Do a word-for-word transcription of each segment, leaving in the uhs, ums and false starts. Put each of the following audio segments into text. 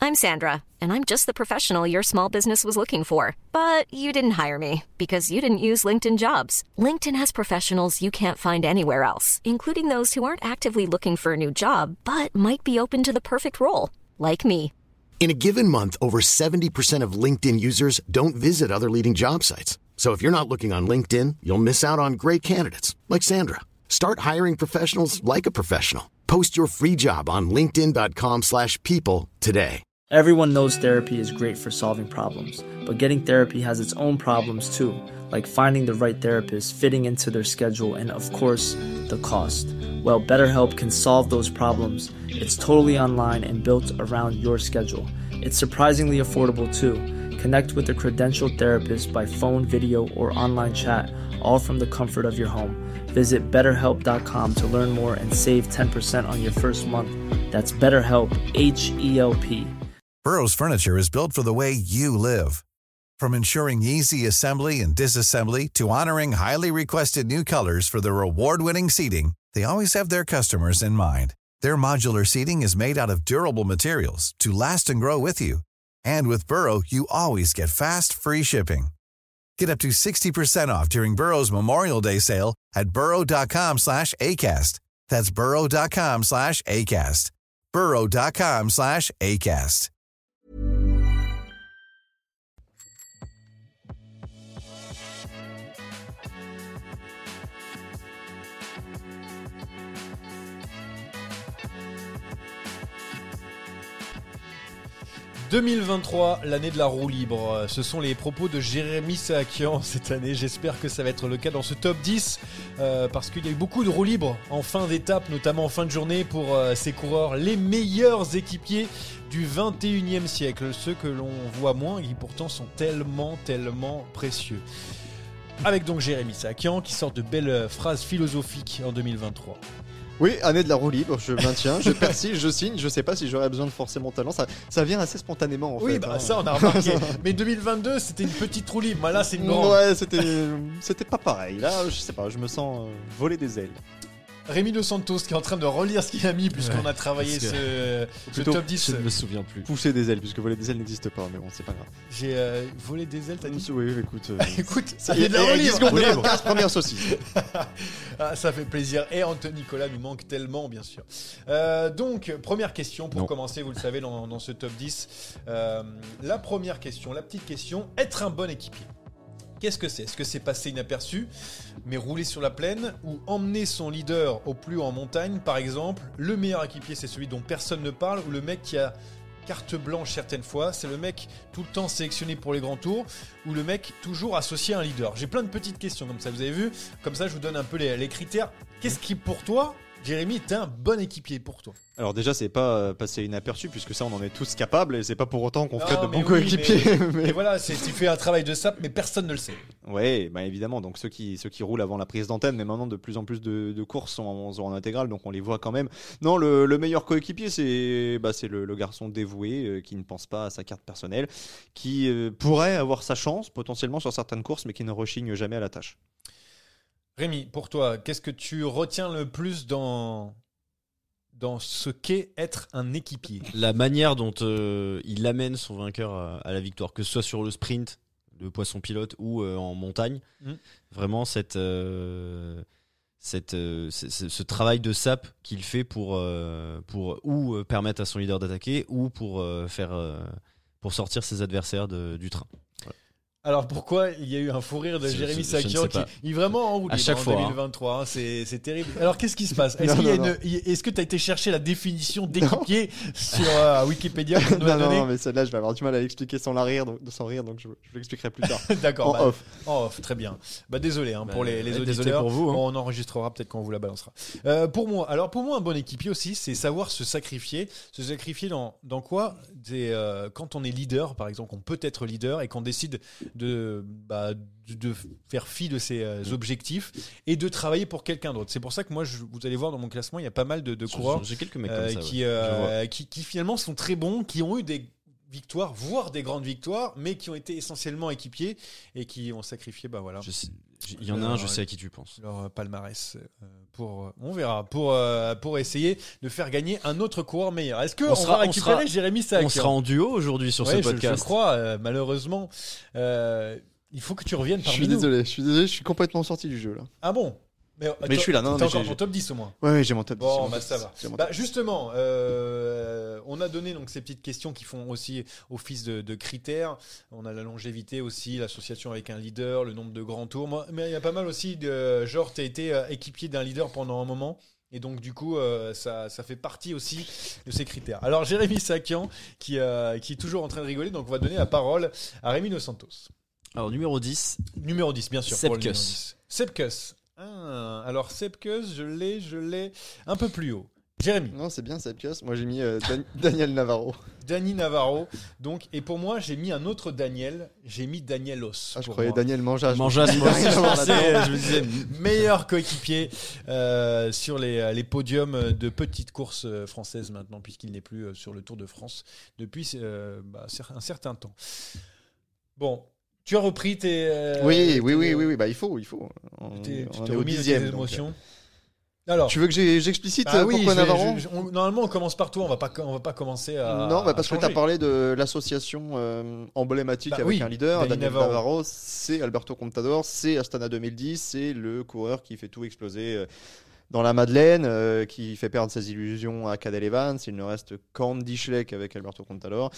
I'm Sandra, and I'm just the professional your small business was looking for. But you didn't hire me because you didn't use LinkedIn Jobs. LinkedIn has professionals you can't find anywhere else, including those who aren't actively looking for a new job, but might be open to the perfect role, like me. In a given month, over seventy percent of LinkedIn users don't visit other leading job sites. So if you're not looking on LinkedIn, you'll miss out on great candidates like Sandra. Start hiring professionals like a professional. Post your free job on linkedin.com slash people today. Everyone knows therapy is great for solving problems, but getting therapy has its own problems too, like finding the right therapist, fitting into their schedule, and of course, the cost. Well, BetterHelp can solve those problems. It's totally online and built around your schedule. It's surprisingly affordable too. Connect with a credentialed therapist by phone, video, or online chat, all from the comfort of your home. Visit better help dot com to learn more and save ten percent on your first month. That's BetterHelp, H E L P. Burrow's furniture is built for the way you live. From ensuring easy assembly and disassembly to honoring highly requested new colors for their award-winning seating, they always have their customers in mind. Their modular seating is made out of durable materials to last and grow with you. And with Burrow, you always get fast, free shipping. Get up to sixty percent off during Burrow's Memorial Day sale at burrow.com slash ACAST. That's burrow.com slash ACAST. burrow.com slash ACAST. deux mille vingt-trois, l'année de la roue libre. Ce sont les propos de Jérémy Saakian cette année. J'espère que ça va être le cas dans ce top dix euh, parce qu'il y a eu beaucoup de roues libres en fin d'étape, notamment en fin de journée pour euh, ces coureurs, les meilleurs équipiers du vingt et unième siècle, ceux que l'on voit moins et qui pourtant sont tellement, tellement précieux. Avec donc Jérémy Saakian qui sort de belles phrases philosophiques en deux mille vingt-trois. Oui, année de la roue libre, je maintiens, je persiste, je signe, je sais pas si j'aurais besoin de forcer mon talent, ça, ça vient assez spontanément en oui, fait. Oui, bah hein. ça on a remarqué, mais deux mille vingt-deux c'était une petite roue libre, bah là c'est une grande. Ouais, c'était, c'était pas pareil, là je sais pas, je me sens euh, voler des ailes. Rémi Dos Santos qui est en train de relire ce qu'il a mis puisqu'on ouais, a travaillé ce, ce top dix. Je ne me souviens plus. Pousser des ailes, puisque voler des ailes n'existe pas, mais bon, c'est pas grave. J'ai euh, volé des ailes, t'as dit ? Oui, écoute. Euh, écoute, ça y fait de la roue libre. quinze premières saucisses. Ah, ça fait plaisir. Et Anthony Nicolas nous manque tellement, bien sûr. Euh, donc, première question pour non. commencer, vous le savez, dans, dans ce top dix. Euh, la première question, la petite question, être un bon équipier. Qu'est-ce que c'est ? Est-ce que c'est passer inaperçu, mais rouler sur la plaine, ou emmener son leader au plus haut en montagne, par exemple ? Le meilleur équipier, c'est celui dont personne ne parle, ou le mec qui a carte blanche certaines fois, c'est le mec tout le temps sélectionné pour les grands tours, ou le mec toujours associé à un leader ? J'ai plein de petites questions comme ça, vous avez vu ? Comme ça, je vous donne un peu les, les critères. Qu'est-ce qui, pour toi, Jérémy, est un bon équipier pour toi ? Alors déjà, c'est pas euh, passer inaperçu, puisque ça, on en est tous capables, et c'est pas pour autant qu'on ferait de bons oui, coéquipiers. Mais, mais... mais voilà, c'est, tu fais un travail de sape, mais personne ne le sait. Oui, bah évidemment, donc ceux qui, ceux qui roulent avant la prise d'antenne, mais maintenant de plus en plus de, de courses sont en, sont en intégrale, donc on les voit quand même. Non, le, le meilleur coéquipier, c'est, bah, c'est le, le garçon dévoué, euh, qui ne pense pas à sa carte personnelle, qui euh, pourrait avoir sa chance, potentiellement sur certaines courses, mais qui ne rechigne jamais à la tâche. Rémi, pour toi, qu'est-ce que tu retiens le plus dans... dans ce qu'est être un équipier ? La manière dont euh, il amène son vainqueur à, à la victoire, que ce soit sur le sprint, le poisson pilote, ou euh, en montagne. Mmh. Vraiment, cette, euh, cette, euh, c- c- ce travail de sape qu'il fait pour, euh, pour ou permettre à son leader d'attaquer, ou pour, euh, faire, euh, pour sortir ses adversaires de, du train. Voilà. Alors pourquoi il y a eu un fou rire de je, Jérémy je, Saakian je qui il est vraiment en roue libre en fois, deux mille vingt-trois, hein. c'est, c'est terrible. Alors qu'est-ce qui se passe ? Est-ce, non, qu'il y a non, une, est-ce que tu as été chercher la définition d'équipier non. sur euh, Wikipédia qu'on nous non, a donné ? non, mais celle-là, je vais avoir du mal à l'expliquer sans la rire, donc, sans rire, donc je, je l'expliquerai plus tard. D'accord. En bah, off. En off, très bien. Bah désolé hein, bah, pour les, les ouais, auditeurs. Désolé pour vous. Hein. Bon, on enregistrera peut-être quand on vous la balancera. Euh, pour moi, alors pour moi, un bon équipier aussi, c'est savoir se sacrifier. Se sacrifier dans, dans quoi ? C'est, euh, quand on est leader, par exemple, on peut être leader et qu'on décide de, bah, de, de faire fi de ses euh, objectifs et de travailler pour quelqu'un d'autre. C'est pour ça que moi, je, vous allez voir dans mon classement, il y a pas mal de, de coureurs j'ai quelques mecs euh, comme ça, qui, ouais. euh, qui, qui finalement sont très bons, qui ont eu des victoires, voire des grandes victoires, mais qui ont été essentiellement équipiers et qui ont sacrifié, bah voilà. Je sais, Il y en a leur, un, je sais à qui tu penses. Leur palmarès. Euh, pour, on verra. Pour, euh, pour essayer de faire gagner un autre coureur meilleur. Est-ce qu'on va récupérer sera, Jérémy Sakian? On sera en duo aujourd'hui sur ouais, ce podcast. Je, je crois, euh, malheureusement. Euh, il faut que tu reviennes parmi nous. Je suis nous. désolé, je suis désolé, je suis complètement sorti du jeu là. Ah bon? Mais, mais je suis là, non, t'es mais encore j'ai, ton top dix au moins. Ouais, ouais, j'ai mon top bon, dix. Bah, ça va. Bah, justement, euh, on a donné donc ces petites questions qui font aussi office de, de critères. On a la longévité aussi, l'association avec un leader, le nombre de grands tours. Moi, mais il y a pas mal aussi de genre, tu as été équipier d'un leader pendant un moment. Et donc du coup, euh, ça, ça fait partie aussi de ces critères. Alors Jérémy Sakian, qui, euh, qui est toujours en train de rigoler, donc on va donner la parole à Rémi Dos Santos. Alors numéro dix. Numéro dix, bien sûr. Sepp Kuss. Sepp Kuss. Ah, alors Sepp Kuss, je l'ai, je l'ai un peu plus haut. Jérémy. Non, c'est bien Sepp Kuss. Moi, j'ai mis euh, Dan- Daniel Navarro. Dani Navarro. Donc, et pour moi, j'ai mis un autre Daniel. J'ai mis Danielos. Ah, je croyais moi. Daniel Manjas. Manjas, moi aussi, je pensais. Je me disais, meilleur coéquipier euh, sur les, les podiums de petites courses françaises maintenant, puisqu'il n'est plus sur le Tour de France depuis euh, bah, un certain temps. Bon. Tu as repris tes. Euh, oui, tes, oui, oui, oui, oui, bah il faut, il faut. On, tu t'es remis au dixième. Tes émotions. Donc, alors, tu veux que j'explicite ah oui, pourquoi vais, Navarro je, je, on, Normalement, on commence par toi. On va pas, on va pas commencer à. Non, bah parce à que tu as parlé de l'association euh, emblématique bah, avec oui, un leader, Daniel Navarro. Navarro, c'est Alberto Contador, c'est Astana deux mille dix, c'est le coureur qui fait tout exploser. Euh, dans la Madeleine, euh, qui fait perdre ses illusions à Cadel Evans. Il ne reste qu'Andy Schleck avec Alberto Contador.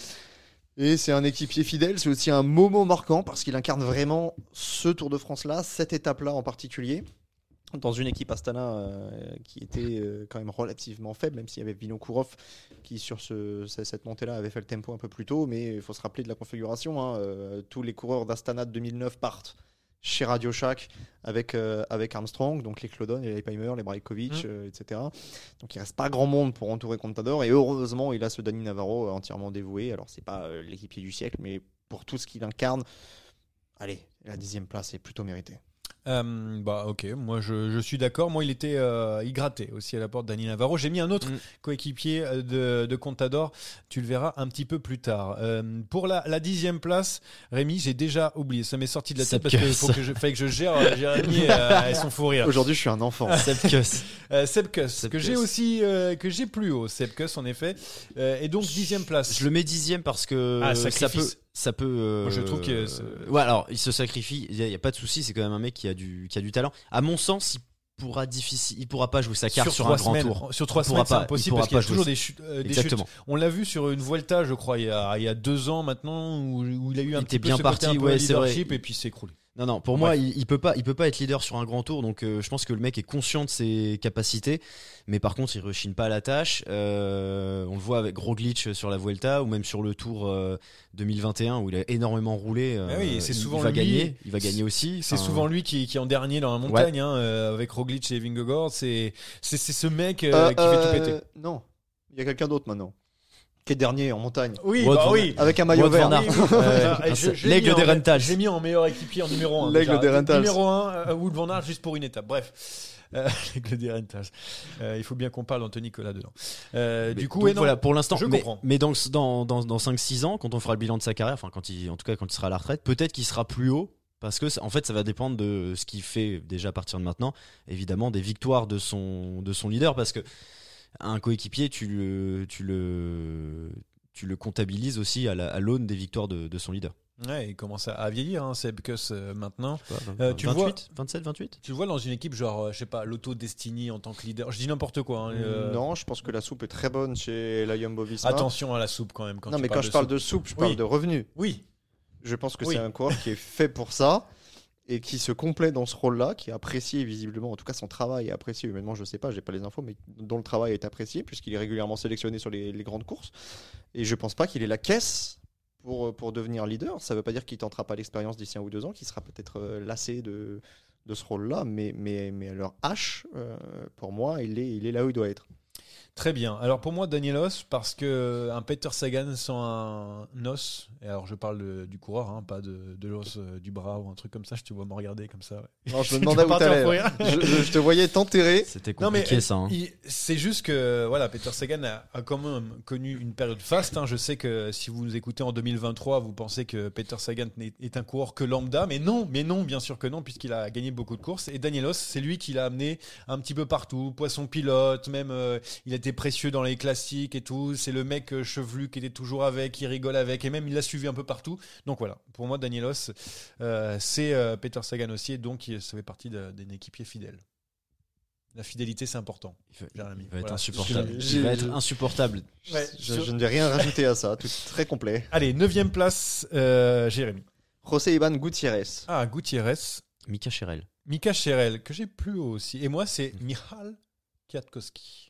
Et c'est un équipier fidèle, c'est aussi un moment marquant parce qu'il incarne vraiment ce Tour de France-là, cette étape-là en particulier, dans une équipe Astana euh, qui était euh, quand même relativement faible, même s'il y avait Vinokourov qui sur ce, cette montée-là avait fait le tempo un peu plus tôt, mais il faut se rappeler de la configuration, hein, euh, tous les coureurs d'Astana de deux mille neuf partent chez Radio Shack avec, euh, avec Armstrong, donc les Clodon, les Leipheimer, les Brajkovic, mmh. euh, et cetera. Donc il ne reste pas grand monde pour entourer Contador, et heureusement il a ce Dani Navarro entièrement dévoué. Alors c'est pas euh, l'équipier du siècle, mais pour tout ce qu'il incarne, allez, la dixième place est plutôt méritée. Euh, bah ok, moi je, je suis d'accord. Moi il était, euh, il grattait aussi à la porte Dani Navarro. J'ai mis un autre mmh. coéquipier de, de Contador. Tu le verras un petit peu plus tard. Euh, pour la, la dixième place, Rémi, j'ai déjà oublié. Ça m'est sorti de la tête parce qu'il faut que je, fallait que je gère euh, Jérémy euh, et son fou rire. Aujourd'hui je suis un enfant. Sepp Kuss. euh, Sepp Kuss que j'ai aussi, euh, que j'ai plus haut. Sepp Kuss en effet. Euh, et donc dixième place. Je le mets dixième parce que ah, ça peut. Ça peut. Euh, Moi, je trouve que. Euh, ouais, alors il se sacrifie. Il y, y a pas de souci. C'est quand même un mec qui a du, qui a du talent. À mon sens, il pourra difficile. Il pourra pas jouer sa carte sur, sur un grand semaines, tour. Sur trois semaines, c'est impossible parce qu'il y a toujours des chutes, euh, des chutes. On l'a vu sur une Vuelta, je crois, il y a, il y a deux ans maintenant, où, où il a eu un il petit peu bien ce parti, côté un peu ouais, leadership et puis il s'est écroulé. Non, non, pour ouais. moi, il, il peut pas, il peut pas être leader sur un grand tour, donc euh, je pense que le mec est conscient de ses capacités, mais par contre, il rechigne pas à la tâche. Euh, on le voit avec Roglic sur la Vuelta ou même sur le Tour euh, deux mille vingt et un où il a énormément roulé. Euh, ah oui, c'est souvent il, il va lui, gagner, il va gagner aussi. C'est enfin, souvent lui qui, qui est en dernier dans la montagne, ouais. hein, euh, avec Roglic et Vingegaard. C'est, c'est, c'est ce mec euh, euh, qui fait tout péter. Non, il y a quelqu'un d'autre maintenant. Qui est dernier en montagne. Oui, bah oui. Avec un maillot vert. Oui, oui. euh, L'aigle des Rental. J'ai mis en meilleur équipier en numéro un. L'aigle des Rental. Numéro un, euh, Wout van Aert juste pour une étape. Bref. Euh, l'aigle des Rental. Euh, il faut bien qu'on parle d'Anthony Nicolas dedans. Euh, du coup, donc, et non, voilà, pour l'instant, je mais, comprends. Mais dans, dans, dans, dans cinq six ans, quand on fera le bilan de sa carrière, enfin, quand il, en tout cas, quand il sera à la retraite, peut-être qu'il sera plus haut. Parce que en fait, ça va dépendre de ce qu'il fait déjà à partir de maintenant. Évidemment, des victoires de son, de son leader. Parce que un coéquipier, tu le. Tu le tu le comptabilises aussi à, la, à l'aune des victoires de, de son leader. Ouais, il commence à, à vieillir, hein, Sepp Kuss euh, maintenant. Pas, vingt, euh, tu vingt-huit, vois, vingt-sept, vingt-huit Tu le vois dans une équipe genre, euh, je sais pas, l'Auto Destiny en tant que leader. Je dis n'importe quoi. Hein, euh... Non, je pense que la soupe est très bonne chez la Jumbo-Visma. Attention à la soupe quand même. Quand non, tu mais quand je parle de soupe, je parle oui. de revenus. Oui. Je pense que oui. c'est un coureur qui est fait pour ça. Et qui se complaît dans ce rôle-là, qui est apprécié visiblement, en tout cas son travail est apprécié, humainement je ne sais pas, j'ai pas les infos, mais dont le travail est apprécié, puisqu'il est régulièrement sélectionné sur les, les grandes courses. Et je ne pense pas qu'il ait la caisse pour, pour devenir leader. Ça ne veut pas dire qu'il ne tentera pas l'expérience d'ici un ou deux ans, qu'il sera peut-être lassé de, de ce rôle-là, mais, mais, mais à leur H, euh, pour moi, il est, il est là où il doit être. Très bien. Alors pour moi, Danielos, parce que un Peter Sagan sans un os, et alors je parle de- du coureur, hein, pas de, de l'os euh, du bras ou un truc comme ça, je te vois me regarder comme ça. Ouais. Non, je me Tu demandais vas où partir t'allais. pour là. rien. je, je- je te voyais t'enterrer. C'était Non, mais, compliqué ça. hein. Il- c'est juste que voilà, Peter Sagan a, a quand même connu une période faste. hein. Je sais que si vous nous écoutez en deux mille vingt-trois, vous pensez que Peter Sagan n'est- est un coureur que lambda, mais non, mais non, bien sûr que non, puisqu'il a gagné beaucoup de courses. Et Danielos, c'est lui qui l'a amené un petit peu partout, poisson pilote, même euh, il était précieux dans les classiques et tout. C'est le mec euh, chevelu qui était toujours avec, qui rigole avec, et même il l'a suivi un peu partout. Donc voilà, pour moi, Danielos, euh, c'est euh, Peter Sagan aussi, et donc il- ça fait partie de- d'un équipier fidèle. La fidélité, c'est important. Il va, Jérémy. il va être Voilà. insupportable. J'ai- Il va j'ai- être insupportable. Ouais, Je, sur- je ne vais rien rajouter à ça, tout très complet. Allez, neuvième place, euh, Jérémy. José Iban Gutiérrez. Ah, Gutiérrez, Mika Cherel. Mika Cherel, que j'ai plus haut aussi. Et moi, c'est Michal Kwiatkowski.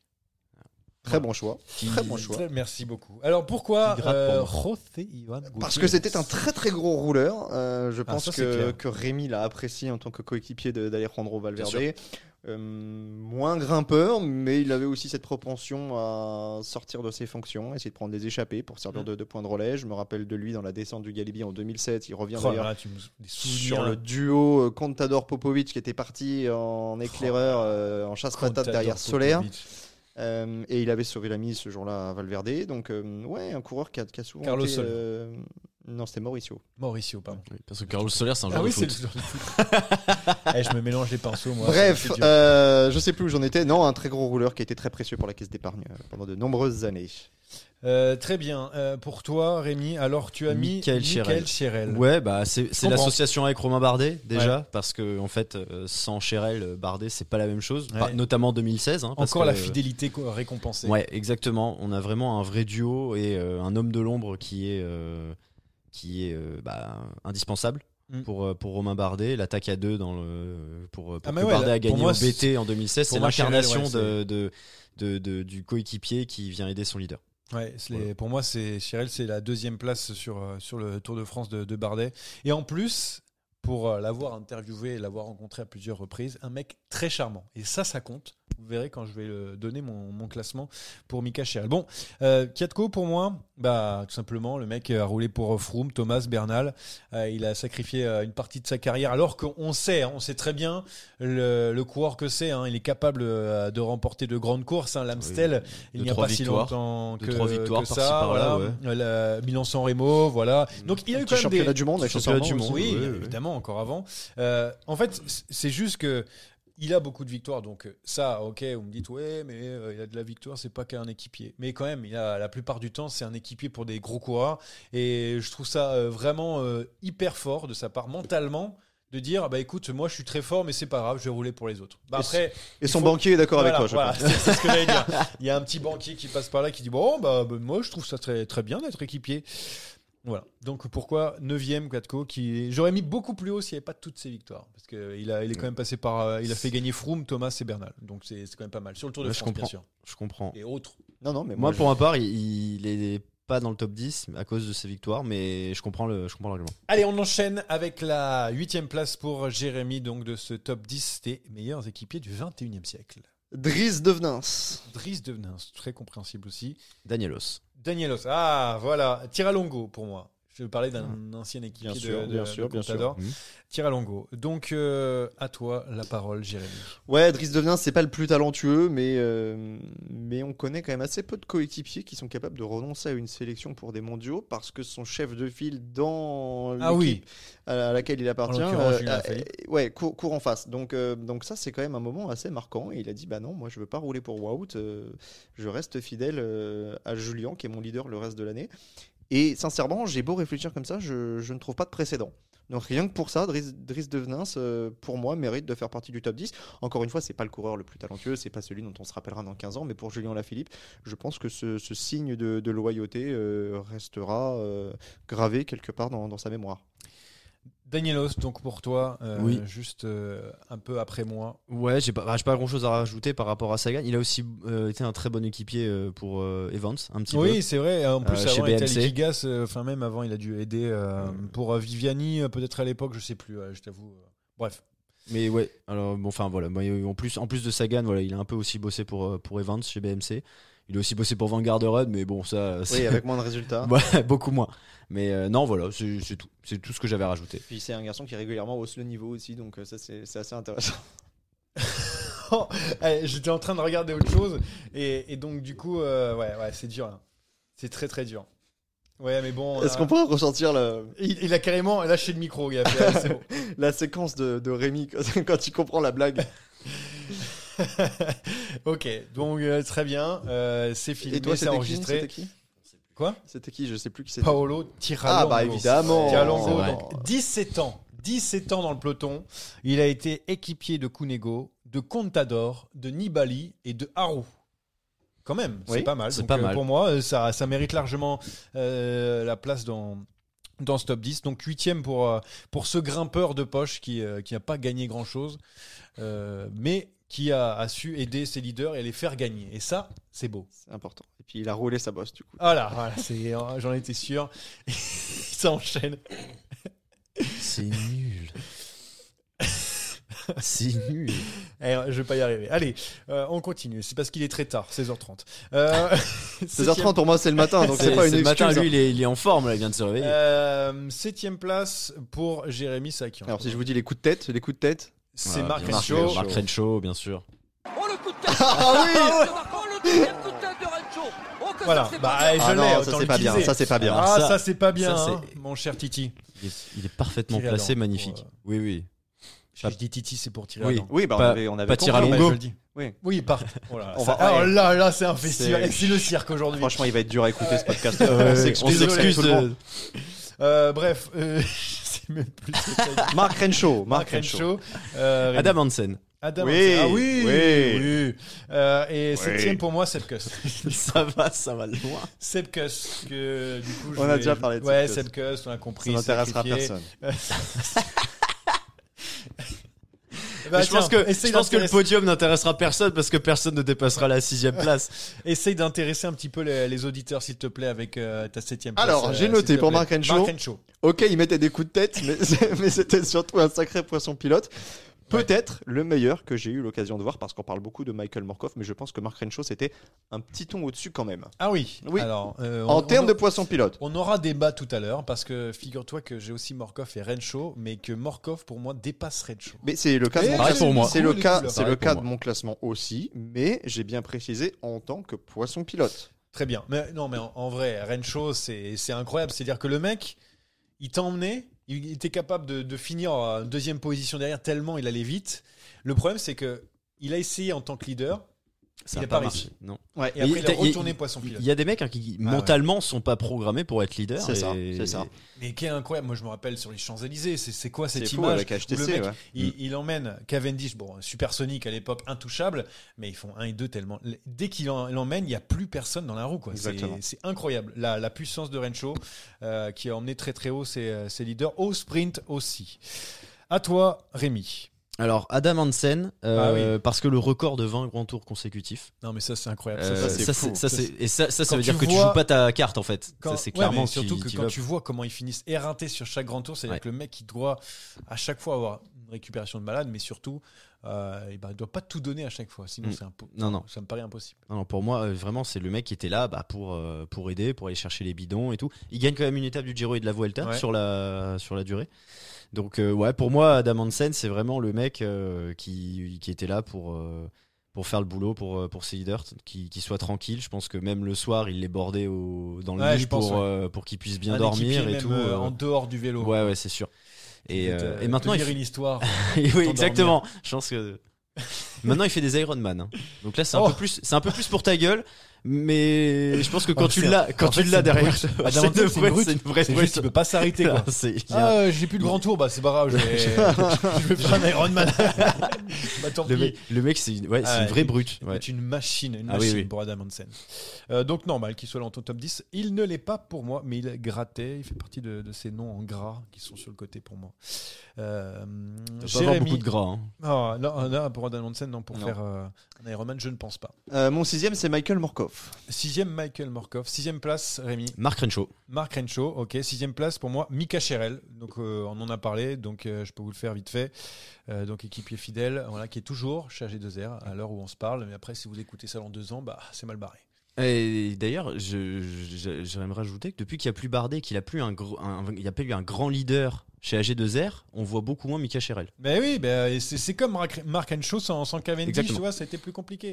Très bon choix. Très bon choix. Très- merci beaucoup. Alors, pourquoi Qui gratte euh, pour José Ivan Parce Gutiérrez que c'était un très très gros rouleur. Euh, je Ah, pense ça, c'est que, clair. que Rémi l'a apprécié en tant que coéquipier de- d'Alejandro Bien Valverde. Euh, moins grimpeur, mais il avait aussi cette propension à sortir de ses fonctions, essayer de prendre des échappées pour servir Mm. de, de point de relais. Je me rappelle de lui dans la descente du Galibier en deux mille sept. Il revient Oh là d'ailleurs là, tu me- des sur souvenirs. le duo euh, Contador-Popovic qui était parti en éclaireur, euh, en chasse-patate Contador derrière Solaire. Popovic. Euh, et il avait sauvé la mise ce jour-là à Valverde. Donc, euh, ouais, un coureur qui a, qui a souvent Carlos été. Soler. euh, Non, c'était Mauricio. Mauricio, pardon. Oui, parce que Carlos Soler, c'est un joueur Ah oui, de c'est foot. le joueur de foot. Eh, je me mélange les pinceaux, moi. Bref, c'est dur. euh, je sais plus où j'en étais. Non, un très gros rouleur qui a été très précieux pour la caisse d'épargne euh, pendant de nombreuses années. Euh, très bien. Euh, pour toi, Rémi, alors tu as mis Michael Michael Cherel. Cherel. Ouais, bah c'est c'est comprends. l'association avec Romain Bardet déjà, Ouais. parce que en fait, euh, sans Cherel, euh, Bardet, c'est pas la même chose. Enfin, Ouais. notamment en deux mille seize. hein, parce Encore que- la fidélité co- récompensée. Ouais, exactement. On a vraiment un vrai duo et euh, un homme de l'ombre qui est euh, qui est euh, bah, indispensable. Mm. Pour, euh, pour Romain Bardet, l'attaque à deux dans le, pour, pour Ah, que mais ouais, Bardet là, a gagné pour moi, au B T en deux mille seize. pour C'est moi, Cherel, l'incarnation ouais, de, de, de, de- du coéquipier qui vient aider son leader. Ouais, c'est les- pour moi, c'est Cherel, c'est la deuxième place sur, euh, sur le Tour de France de, de Bardet. Et en plus, pour euh, l'avoir interviewé et l'avoir rencontré à plusieurs reprises, un mec très charmant. Et ça, ça compte. Vous verrez quand je vais le donner mon, mon classement pour Mika Cherel. Bon, euh, Kwiatkowski, pour moi, bah, tout simplement, le mec a roulé pour Froome, Thomas, Bernal. Euh, il a sacrifié euh, une partie de sa carrière, alors qu'on sait, hein, on sait très bien le, le coureur que c'est. hein. Il est capable euh, de remporter de grandes courses. Hein. L'Amstel, Oui, il deux, n'y a trois pas si victoires. longtemps Deux, que, trois victoires que par-ci, ça. par-là, voilà. La Milan-San Remo, voilà. Donc il y a eu Petit quand même des championnat du monde, championnat du accessoirement monde. aussi. oui, oui, oui. évidemment, encore avant. Euh, en fait, c- c'est juste que il a beaucoup de victoires, donc euh, ça, ok, vous me dites, ouais, mais euh, il a de la victoire, c'est pas qu'un équipier. Mais quand même, il a, la plupart du temps, c'est un équipier pour des gros coureurs, et je trouve ça euh, vraiment euh, hyper fort de sa part, mentalement, de dire, bah écoute, moi je suis très fort, mais c'est pas grave, je vais rouler pour les autres. Bah, Et après, Et il son faut- banquier est d'accord voilà, avec toi, je voilà, pense. c'est c'est ce que j'allais dire. Il y a un petit banquier qui passe par là qui dit, bon, bah, bah, moi je trouve ça très, très bien d'être équipier. Voilà. Donc pourquoi neuvième Kwiatkowski qui j'aurais mis beaucoup plus haut s'il n'y avait pas toutes ces victoires parce que il a il est quand même passé par euh, il a fait gagner Froome, Thomas et Bernal. Donc c'est c'est quand même pas mal sur le Tour de Ouais, je France bien comprends. sûr Je comprends. et autres. Non, non, mais Moi, moi, pour ma part, il, il est pas dans le top dix à cause de ses victoires, mais je comprends le, je comprends l'argument. Allez, on enchaîne avec la huitième place pour Jérémy donc de ce top dix des meilleurs équipiers du vingt et unième siècle. je... Dries Devenins. Dries Devenins, très compréhensible aussi. Danielos. Danielos, ah voilà, Tiralongo pour moi. Je vais parler d'un ancien équipier Bien de, sûr, de- bien de sûr, bien sûr. Contador. Mhm. Tiralongo. Donc euh, à toi la parole, Jérémy. Ouais, Dries Devenins, c'est pas le plus talentueux, mais, euh, mais on connaît quand même assez peu de coéquipiers qui sont capables de renoncer à une sélection pour des mondiaux parce que son chef de file dans Ah l'équipe oui. à laquelle il appartient En l'occurrence, euh, Julien euh, Alaphilippe. ouais, court, court en face. Donc, euh, donc ça, c'est quand même un moment assez marquant. Et il a dit, bah non, moi je veux pas rouler pour Wout, euh, je reste fidèle euh, à Julien, qui est mon leader le reste de l'année. Et sincèrement, j'ai beau réfléchir comme ça, je, je ne trouve pas de précédent. Donc rien que pour ça, Dries, Dries Devenins, euh, pour moi, mérite de faire partie du top dix. Encore une fois, c'est pas le coureur le plus talentueux, c'est pas celui dont on se rappellera dans quinze ans, mais pour Julien Alaphilippe, je pense que ce, ce signe de, de loyauté euh, restera euh, gravé quelque part dans, dans sa mémoire. Danielos, donc pour toi, euh, Oui. juste euh, un peu après moi. Ouais, j'ai pas, bah, j'ai pas grand chose à rajouter par rapport à Sagan. Il a aussi euh, été un très bon équipier euh, pour euh, Evans, un petit Oui, peu. c'est vrai. En plus, Euh, chez avant, il était à B M C. Liquigas. euh, Enfin, même avant, il a dû aider euh, pour euh, Viviani, euh, peut-être à l'époque, je sais plus. euh, je t'avoue. euh, Bref. Mais ouais, alors bon, enfin voilà, moi, en plus, en plus de Sagan, voilà, il a un peu aussi bossé pour pour Evans chez B M C. Il a aussi bossé pour Vanguard Red, mais bon, ça. Oui, avec moins de résultats. Ouais, beaucoup moins. Mais euh, non, voilà, c'est, c'est tout, c'est tout ce que j'avais à rajouter. Puis c'est un garçon qui régulièrement hausse le niveau aussi, donc ça c'est, c'est assez intéressant. Oh, allez, j'étais en train de regarder autre chose et, et donc du coup, euh, ouais, ouais, c'est dur là. C'est très très dur. Ouais, mais bon. Est-ce euh, qu'on pourra ressentir le... il, il a carrément lâché le micro, il a fait, ah, c'est bon. la séquence de, de Rémi quand, quand il comprend la blague? Ok, donc euh, très bien, euh, c'est filmé, Et toi, c'est c'était enregistré. qui, c'était qui Quoi? C'était qui? Je sais plus qui c'était. Paolo Tiralongo. Ah bah évidemment. Tiralongo, C'est vrai. donc dix-sept ans, dix-sept ans dans le peloton. Il a été équipier de Cunego, de Contador, de Nibali et de Haru. Quand même, Oui, c'est pas mal. c'est Donc, pas euh, mal. Pour moi, ça, ça mérite largement euh, la place dans, dans ce top dix. Donc huitième pour, euh, pour ce grimpeur de poche qui euh, qui n'a pas gagné grand-chose, euh, mais qui a, a su aider ses leaders et les faire gagner. Et ça, c'est beau. C'est important. Et puis il a roulé sa bosse du coup. Voilà, voilà c'est, j'en étais sûr. Ça enchaîne. C'est nul. C'est nul. Eh, je vais pas y arriver. Allez, euh, on continue. C'est parce qu'il est très tard, seize heures trente. Euh, seize heures trente pour moi c'est le matin, donc c'est, pas une le excuse. matin, hein. lui, il est, il est en forme, là, il vient de se réveiller. Euh, septième place pour Jérémy Sakian. Alors si je vous dis les coups de tête, les coups de tête. C'est Voilà, Marc bien sûr. Renshaw. Marc Renshaw, bien sûr. Oh le coup de tête. Ah oui. Oh le deuxième coup de tête de Rencho. Oh que Voilà, ça c'est bah pas je bien. Ah l'ai, non, ça autant c'est pas bien, l'utiliser. ça c'est pas bien. Alors, Ah, ça- ça, c'est pas bien, ça, hein, c'est- mon cher Titi. Il est, il est parfaitement Tiré à placé, l'an, magnifique. pour, euh, Oui, oui. Si je dis Titi, c'est pour tirer Oui. à l'an. Oui, bah on Pas- avait, on avait pas compris. tir à Ah, bah, longo. je le dis. Oui. Oui, part. Oh là, On ça- va- alors ouais. là, là, c'est un festival. C'est- C'est le cirque aujourd'hui. Franchement, il va être dur à écouter ce podcast. Euh, On s'excuse, on s'excuse tout le monde. de. Euh, bref, euh, je sais même plus ce que ça dit. Marc Renshaw, Marc Marc Renshaw. Renshaw. euh, Rémi. Adam Hansen. Adam Oui, Hansen. Ah oui, oui. oui. Euh, et Oui. septième pour moi, Sepkus. Ça va, ça va loin. Sepkus, que du coup, je On a vais- déjà parlé de Ouais, Sepkus. Sepkus, on a compris. Ça n'intéressera sacrifié. personne. Bah, Mais je pense tiens, que, essaye je pense que le d'intéresser- podium n'intéressera personne parce que personne ne dépassera la sixième place. Essaye d'intéresser un petit peu les, les auditeurs, s'il te plaît, avec euh, ta septième place. Alors, euh, j'ai s'il noté te pour plaît. Marc Renshaw. Marc Renshaw. Ok, il mettait des coups de tête, mais, mais c'était surtout un sacré poisson pilote. Peut-être le meilleur que j'ai eu l'occasion de voir, parce qu'on parle beaucoup de Michael Morkov, mais je pense que Marc Renshaw c'était un petit ton au-dessus quand même. Ah oui. Oui. Alors, euh, En on- termes on- de poisson pilote. On aura débat tout à l'heure, parce que figure-toi que j'ai aussi Morkov et Renshaw, mais que Morkov, pour moi, dépasse Renshaw. Mais c'est le cas, de Eh, mon pareil classement. pour moi. C'est le Cool, cas, cool. c'est le Pareil cas pour de moi. mon classement aussi, mais j'ai bien précisé en tant que poisson pilote. Très bien. Mais non, mais en, en vrai, Renshaw, c'est c'est incroyable. C'est-à-dire que le mec, il t'a emmené, il était capable de, de finir en deuxième position derrière tellement il allait vite. Le problème, c'est que il a essayé en tant que leader, Ça Il n'a a pas pas marché. réussi. Non. Ouais. et après, il a il- il- retourné il- poisson pilote. Il y a des mecs hein, qui Ah ouais. mentalement sont pas programmés pour être leader. C'est et- ça, c'est ça. Mais qui est incroyable. Moi, je me rappelle sur les Champs-Élysées, c'est c'est quoi cette C'est fou image avec H T où le C, mec, ouais. il, il emmène Cavendish, bon, supersonique à l'époque, intouchable, mais ils font un et deux tellement. Dès qu'il en- l'emmène, il n'y a plus personne dans la roue. Quoi. C'est, Exactement. c'est incroyable. La, la puissance de Renshaw euh, qui a emmené très très haut ses, ses leaders, au sprint aussi. À toi, Rémi. Alors, Adam Hansen, euh, Ah parce que le record de vingt grands tours consécutifs. Non, mais ça, c'est incroyable. euh, ça, c'est ça, fou. c'est- ça, c'est- et ça, ça, ça Quand veut dire tu que tu vois- joues pas ta carte en fait. Quand- ça, c'est ouais, clairement mais surtout tu- que tu quand vas- tu vois comment ils finissent éreintés sur chaque grand tour, c'est-à-dire Ouais. que le mec il doit à chaque fois avoir une récupération de malade, mais surtout euh, il ne doit pas tout donner à chaque fois, sinon Mm. c'est impo- Non, non. ça me paraît impossible. Non, non, pour moi, euh, vraiment, c'est le mec qui était là bah, pour, euh, pour aider, pour aller chercher les bidons et tout. Il gagne quand même une étape du Giro et de la Vuelta Ouais. sur, la, sur la durée. Donc, euh, ouais, pour moi, Adam Hansen, c'est vraiment le mec euh, qui, qui était là pour, euh, pour faire le boulot pour, euh, pour ses leaders, qui, qui soit tranquille. Je pense que même le soir, il les bordait au, dans le Ouais, lit je pense, pour, ouais. euh, pour qu'ils puissent bien Un dormir équipier et même, tout. euh, euh, en dehors du vélo. Ouais, ouais, c'est sûr. Et, Peut-être, euh, euh, et maintenant, il lire fait- une histoire. oui, t'endormir. exactement. Je pense que maintenant il fait des Ironman. Hein. Donc là, c'est un Oh. peu plus, c'est un peu plus pour ta gueule. Mais je pense que quand Oh, tu c'est- l'as, quand en tu fait, l'as c'est derrière, brut. c'est Adam une Hansen, c'est vraie- brut. c'est une vraie C'est brute. juste, il peut pas s'arrêter quoi. C'est- il y a- Ah, euh, j'ai plus de grand tour, bah c'est pas grave, je vais, je vais faire un Ironman. Bah tant le pis. mec, le mec, c'est une, ouais, c'est Ah, une vraie il- brute. Il Ouais. est une machine, une Ah oui, machine oui. pour Adam Hansen. Euh, donc normal qu'il soit dans ton top dix. Il ne l'est pas pour moi, mais il grattait. Il fait partie de, de ces noms en gras qui sont sur le côté pour moi. Euh, Il doit pas avoir beaucoup de gras. Hein. Ah, non, non, pour Adam Hansen, non, pour Non. faire euh, un Ironman, je ne pense pas. Euh, mon sixième, c'est Michael Morkov. Morkov. Sixième, Michael Morkov. Sixième place, Rémi. Mark Renshaw. Mark Renshaw, ok. Sixième place pour moi, Mika Scherel. Donc euh, on en a parlé, donc euh, je peux vous le faire vite fait. Euh, donc équipier fidèle, voilà, qui est toujours chez A G deux R à l'heure où on se parle. Mais après, si vous écoutez ça dans deux ans, bah c'est mal barré. Et d'ailleurs, je, je, j'aimerais rajouter que depuis qu'il n'y a plus Bardet, qu'il n'y a plus un, gros- un, il y a pas eu un grand leader chez A G deux R, on voit beaucoup moins Mika Scherel. Ben oui, ben, c'est, c'est comme Mark, Mark Renshaw sans, sans Cavendish, Exactement. tu vois, ça a été plus compliqué.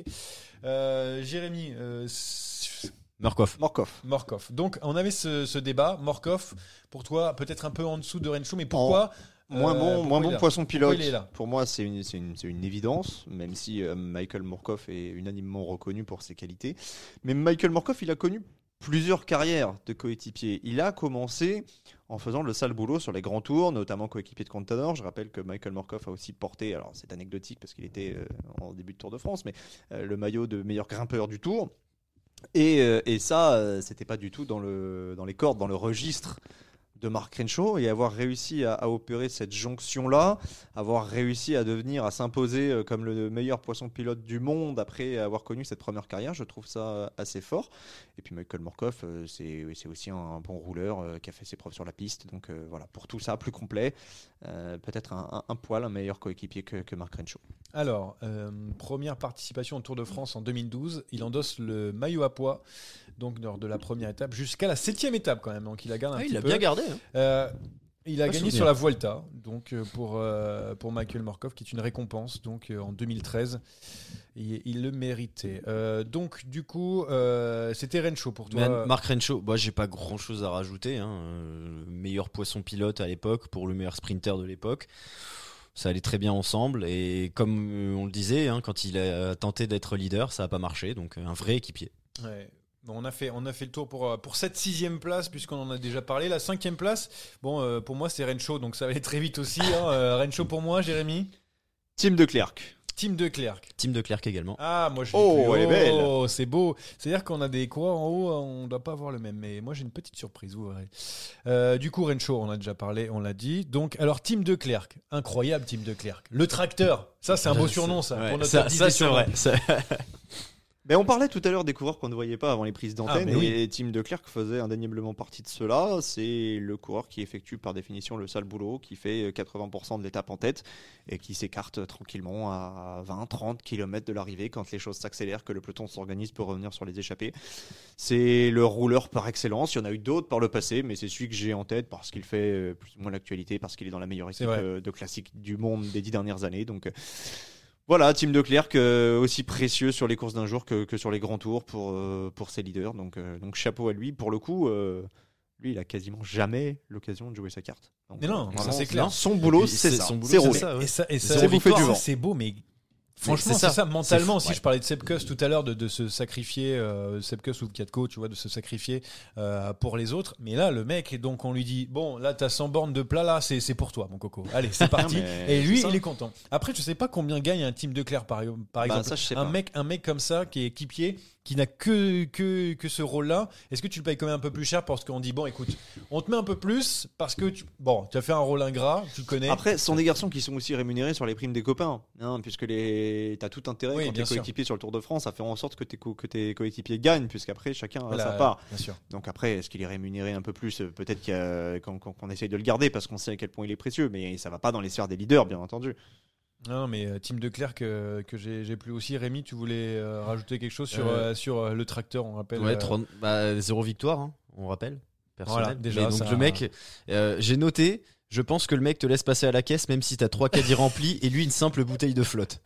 Euh, Jérémy, euh, s- Morkov. Morkov. Morkov. Donc on avait ce, ce débat. Morkov, pour toi, peut-être un peu en dessous de Renshaw, mais pourquoi Moins euh, bon, pourquoi moins il est bon là poisson pilote. Pourquoi il est là Pour moi, c'est une, c'est, une, c'est une évidence, même si euh, Michael Morkov est unanimement reconnu pour ses qualités. Mais Michael Morkov, il a connu plusieurs carrières de coéquipier. Il a commencé en faisant le sale boulot sur les grands tours, notamment coéquipier de Contador. Je rappelle que Michael Morkov a aussi porté, alors c'est anecdotique parce qu'il était euh, en début de Tour de France, mais euh, le maillot de meilleur grimpeur du Tour. Et, euh, et ça, euh, c'était pas du tout dans, le, dans les cordes, dans le registre de Mark Renshaw, et avoir réussi à, à opérer cette jonction-là, avoir réussi à devenir, à s'imposer euh, comme le meilleur poisson pilote du monde après avoir connu cette première carrière, je trouve ça assez fort. Et puis Michael Morkov, euh, c'est, c'est aussi un, un bon rouleur euh, qui a fait ses preuves sur la piste, donc euh, voilà, pour tout ça, plus complet, euh, peut-être un, un, un poil, un meilleur coéquipier que, que Mark Renshaw. Alors, euh, première participation au Tour de France en deux mille douze, il endosse le maillot à pois, donc lors de la première étape jusqu'à la septième étape quand même, donc il la garde un Ah, petit il l'a peu. bien gardé. Hein. Euh, il a Pas gagné souvenir. sur la Vuelta, donc euh, pour euh, pour Michael Morkov, qui est une récompense, donc euh, en deux mille treize, et il le méritait. Euh, donc du coup, euh, c'était Renshaw pour toi. Man- Mark Renshaw, bah, j'ai pas grand chose à rajouter. Hein. Euh, meilleur poisson pilote à l'époque pour le meilleur sprinter de l'époque. Ça allait très bien ensemble. Et comme euh, on le disait, hein, quand il a tenté d'être leader, ça n'a pas marché. Donc euh, un vrai équipier. Ouais. Bon, on a fait on a fait le tour pour euh, pour cette sixième place, puisqu'on en a déjà parlé. La cinquième place, bon euh, pour moi c'est Renshaw, donc ça va aller très vite aussi. Hein. Euh, Renshaw pour moi, Jérémy. Tim de Klerk. Tim de Klerk. Team de Klerk également. Ah, moi je l'ai Oh, plus elle est belle. haut, c'est beau. C'est-à-dire qu'on a des coureurs en haut, on doit pas avoir le même. Mais moi j'ai une petite surprise, vous verrez. Euh, du coup, Renshaw, on a déjà parlé, on l'a dit. Donc, alors, Tim de Klerk. Incroyable, Tim de Klerk. Le tracteur. Ça, c'est un beau surnom, ça. Ouais, pour notre ça, top dix ça, des c'est surnoms. vrai. Ça- Mais on parlait tout à l'heure des coureurs qu'on ne voyait pas avant les prises d'antenne, Ah, mais oui. et Tim de Klerk faisait indéniablement partie de cela. C'est le coureur qui effectue par définition le sale boulot, qui fait quatre-vingts pour cent de l'étape en tête et qui s'écarte tranquillement à vingt à trente kilomètres de l'arrivée quand les choses s'accélèrent, que le peloton s'organise pour revenir sur les échappées. C'est le rouleur par excellence. Il y en a eu d'autres par le passé, mais c'est celui que j'ai en tête parce qu'il fait plus ou moins l'actualité, parce qu'il est dans la meilleure C'est équipe vrai. euh, de classique du monde des dix dernières années. Donc voilà, Tim de Klerk, euh, aussi précieux sur les courses d'un jour que, que sur les grands tours pour, euh, pour ses leaders. Donc, euh, donc chapeau à lui. Pour le coup, euh, lui, il a quasiment jamais l'occasion de jouer sa carte. Donc, Mais non, euh, ça, vraiment, c'est clair. Son boulot, Puis c'est c'est ça. son boulot, C'est c'est rouler. ça. ouais. Et ça, et ça, C'est c'est bouffer du vent. C'est beau, mais franchement, c'est c'est ça. ça. Mentalement C'est aussi, fou, je parlais de Sepkus tout à l'heure, de, de se sacrifier, euh, Sepkus ou Kiatko, tu vois, de se sacrifier euh, pour les autres. Mais là, le mec, donc on lui dit, bon, là, t'as cent bornes de plat, là, c'est, c'est pour toi, mon coco. Allez, c'est parti. mais Et lui, c'est ça. il est content. Après, je sais pas combien gagne un Tim de Klerk, par, par exemple. ça, je sais un pas. mec, un mec comme ça, qui est équipier, qui n'a que, que, que ce rôle-là. Est-ce que tu le payes quand même un peu plus cher parce qu'on dit, bon, écoute, on te met un peu plus parce que tu, bon, tu as fait un rôle ingrat, tu le connais. Après, ce sont des garçons qui sont aussi rémunérés sur les primes des copains, hein, puisque les... tu as tout intérêt Oui, quand tu bien es sûr. coéquipier sur le Tour de France à faire en sorte que tes, co- que tes coéquipiers gagnent, puisqu'après, chacun a Voilà, sa part. Bien sûr. Donc après, est-ce qu'il est rémunéré un peu plus? Peut-être qu'il y a- qu'on, qu'on- qu'on essaye de le garder parce qu'on sait à quel point il est précieux, mais ça va pas dans les sphères des leaders, bien entendu. Non, mais euh, Tim de Klerk que, que j'ai, j'ai plus aussi. Rémi, tu voulais euh, rajouter quelque chose sur, Euh, euh, sur euh, le tracteur, on rappelle. Ouais, euh, trente bah, zéro victoire, hein, on rappelle. Personnel. Voilà, déjà, Mais donc ça- le mec, euh, j'ai noté, je pense que le mec te laisse passer à la caisse même si t'as trois caddies remplis et lui une simple bouteille de flotte.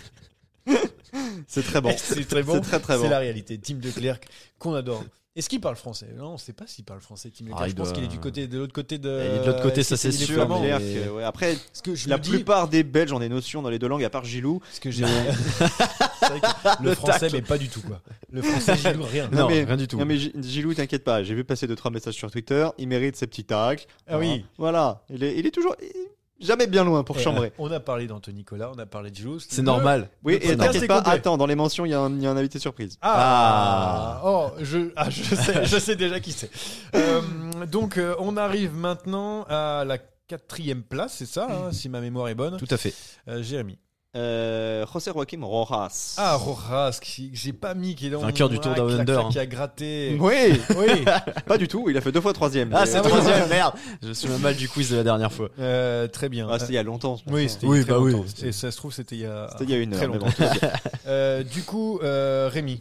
C'est très bon. C'est très bon. C'est très très C'est bon. la réalité. Tim de Klerk qu'on adore. Est-ce qu'il parle français? Non, on ne sait pas s'il parle français. Tim de Klerk. Ah, il je pense doit- qu'il est du côté de l'autre côté de. Il est de l'autre côté, Est-ce ça, que c'est il est sûr, flamand mais- Klerk, euh, ouais, après, Parce que je la me dis- plupart des Belges ont des notions dans les deux langues, à part Gilou. Parce que j'ai. C'est vrai que le français, mais pas du tout quoi. Le français, j'ai rien. Non, mais, rien du tout. Non mais G- Gilou, t'inquiète pas, j'ai vu passer deux trois messages sur Twitter. Il mérite ses petits tacles. Ah oui. Voilà, il est, il est toujours il est jamais bien loin pour Et, chambrer. euh, on a parlé d'Anthony Nicolas, on a parlé de Gilles. C'est normal. Oui, le et podcast t'inquiète est pas. complet. Attends, dans les mentions, il y, a un- il y a un invité surprise. Ah, oh, je, ah, je sais, je sais déjà qui c'est. Euh, donc, euh, on arrive maintenant à la quatrième place, c'est ça, hein, si ma mémoire est bonne. Tout à fait. Euh, Jérémy. Euh, José Joaquim Rojas. Ah, Rojas, qui- que j'ai pas mis, qui est dans Vainqueur du Tour ah, Down clac, Under, clac, hein. qui a gratté. Oui, Oui. pas du tout. Il a fait deux fois troisième. Ah, Mais- c'est troisième, merde. Je suis mal du quiz de la dernière fois. Euh, très bien. Ah, c'était il y a longtemps. je pense. Oui, c'était Oui, il y a très bah oui. longtemps. C'était- Ça se trouve, c'était il y a, C'était il y a une très heure. mais longtemps. bon, tout va bien. Euh, du coup, euh, Rémi.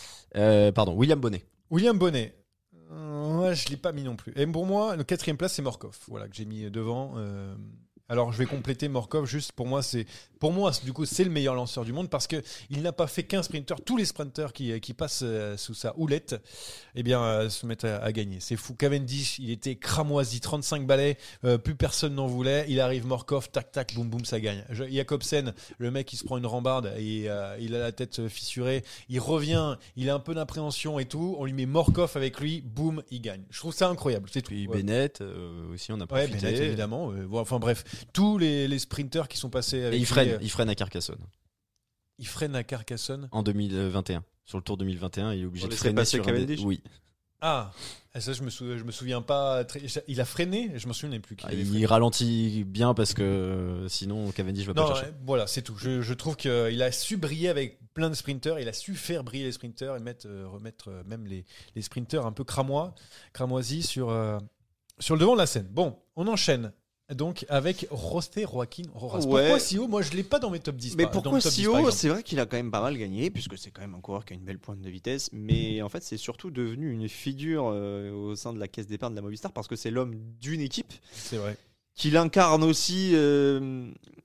Euh, pardon, William Bonnet. William Bonnet. Euh, ouais, je l'ai pas mis non plus. Et pour moi, le quatrième place, c'est Morkov. Voilà, que j'ai mis devant. Euh, alors, je vais compléter Morkov. Juste pour moi, c'est pour moi, du coup, c'est le meilleur lanceur du monde parce que il n'a pas fait qu'un sprinter. Tous les sprinters qui, qui passent euh, sous sa houlette, eh bien, euh, se mettent à, à gagner. C'est fou. Cavendish, il était cramoisi, trente-cinq balais, euh, plus personne n'en voulait. Il arrive Morkov, tac tac, boum boum, ça gagne. Je- Jacobsen, le mec, il se prend une rambarde et euh, il a la tête fissurée. Il revient, il a un peu d'appréhension et tout. On lui met Morkov avec lui, boum, il gagne. Je trouve ça incroyable. C'est tout. Puis Ouais. Bennett euh, aussi, on a Ouais, profité. Bennett, évidemment. Euh, bon, enfin bref, tous les, les sprinters qui sont passés Et avec il freine, lui, euh, il freine à Carcassonne il freine à Carcassonne. en deux mille vingt et un. Sur le Tour deux mille vingt et un, il est obligé On de laissait freiner passer sur un des- Cavendish Oui. Ah, et ça je me, sou- je me souviens pas. Très... Il a freiné, je me souviens plus. Qu'il Ah, avait il freiné. ralentit bien parce que euh, sinon Cavendish va pas Non, chercher. ouais, voilà, c'est tout. Je, je trouve qu'il a su briller avec plein de sprinters. Il a su faire briller les sprinters et mettre, euh, remettre euh, même les, les sprinters un peu cramois, cramoisis sur, euh, sur le devant de la scène. Bon, on enchaîne. Donc avec José Joaquim Rojas. Ouais. Pourquoi si haut? Moi je l'ai pas dans mes top dix. Mais par- dans pourquoi le top dix, si par haut? exemple. C'est vrai qu'il a quand même pas mal gagné, puisque c'est quand même un coureur qui a une belle pointe de vitesse. Mais en fait, c'est surtout devenu une figure euh, au sein de la caisse d'épargne de la Movistar, parce que c'est l'homme d'une équipe, C'est vrai. qu'il incarne aussi euh,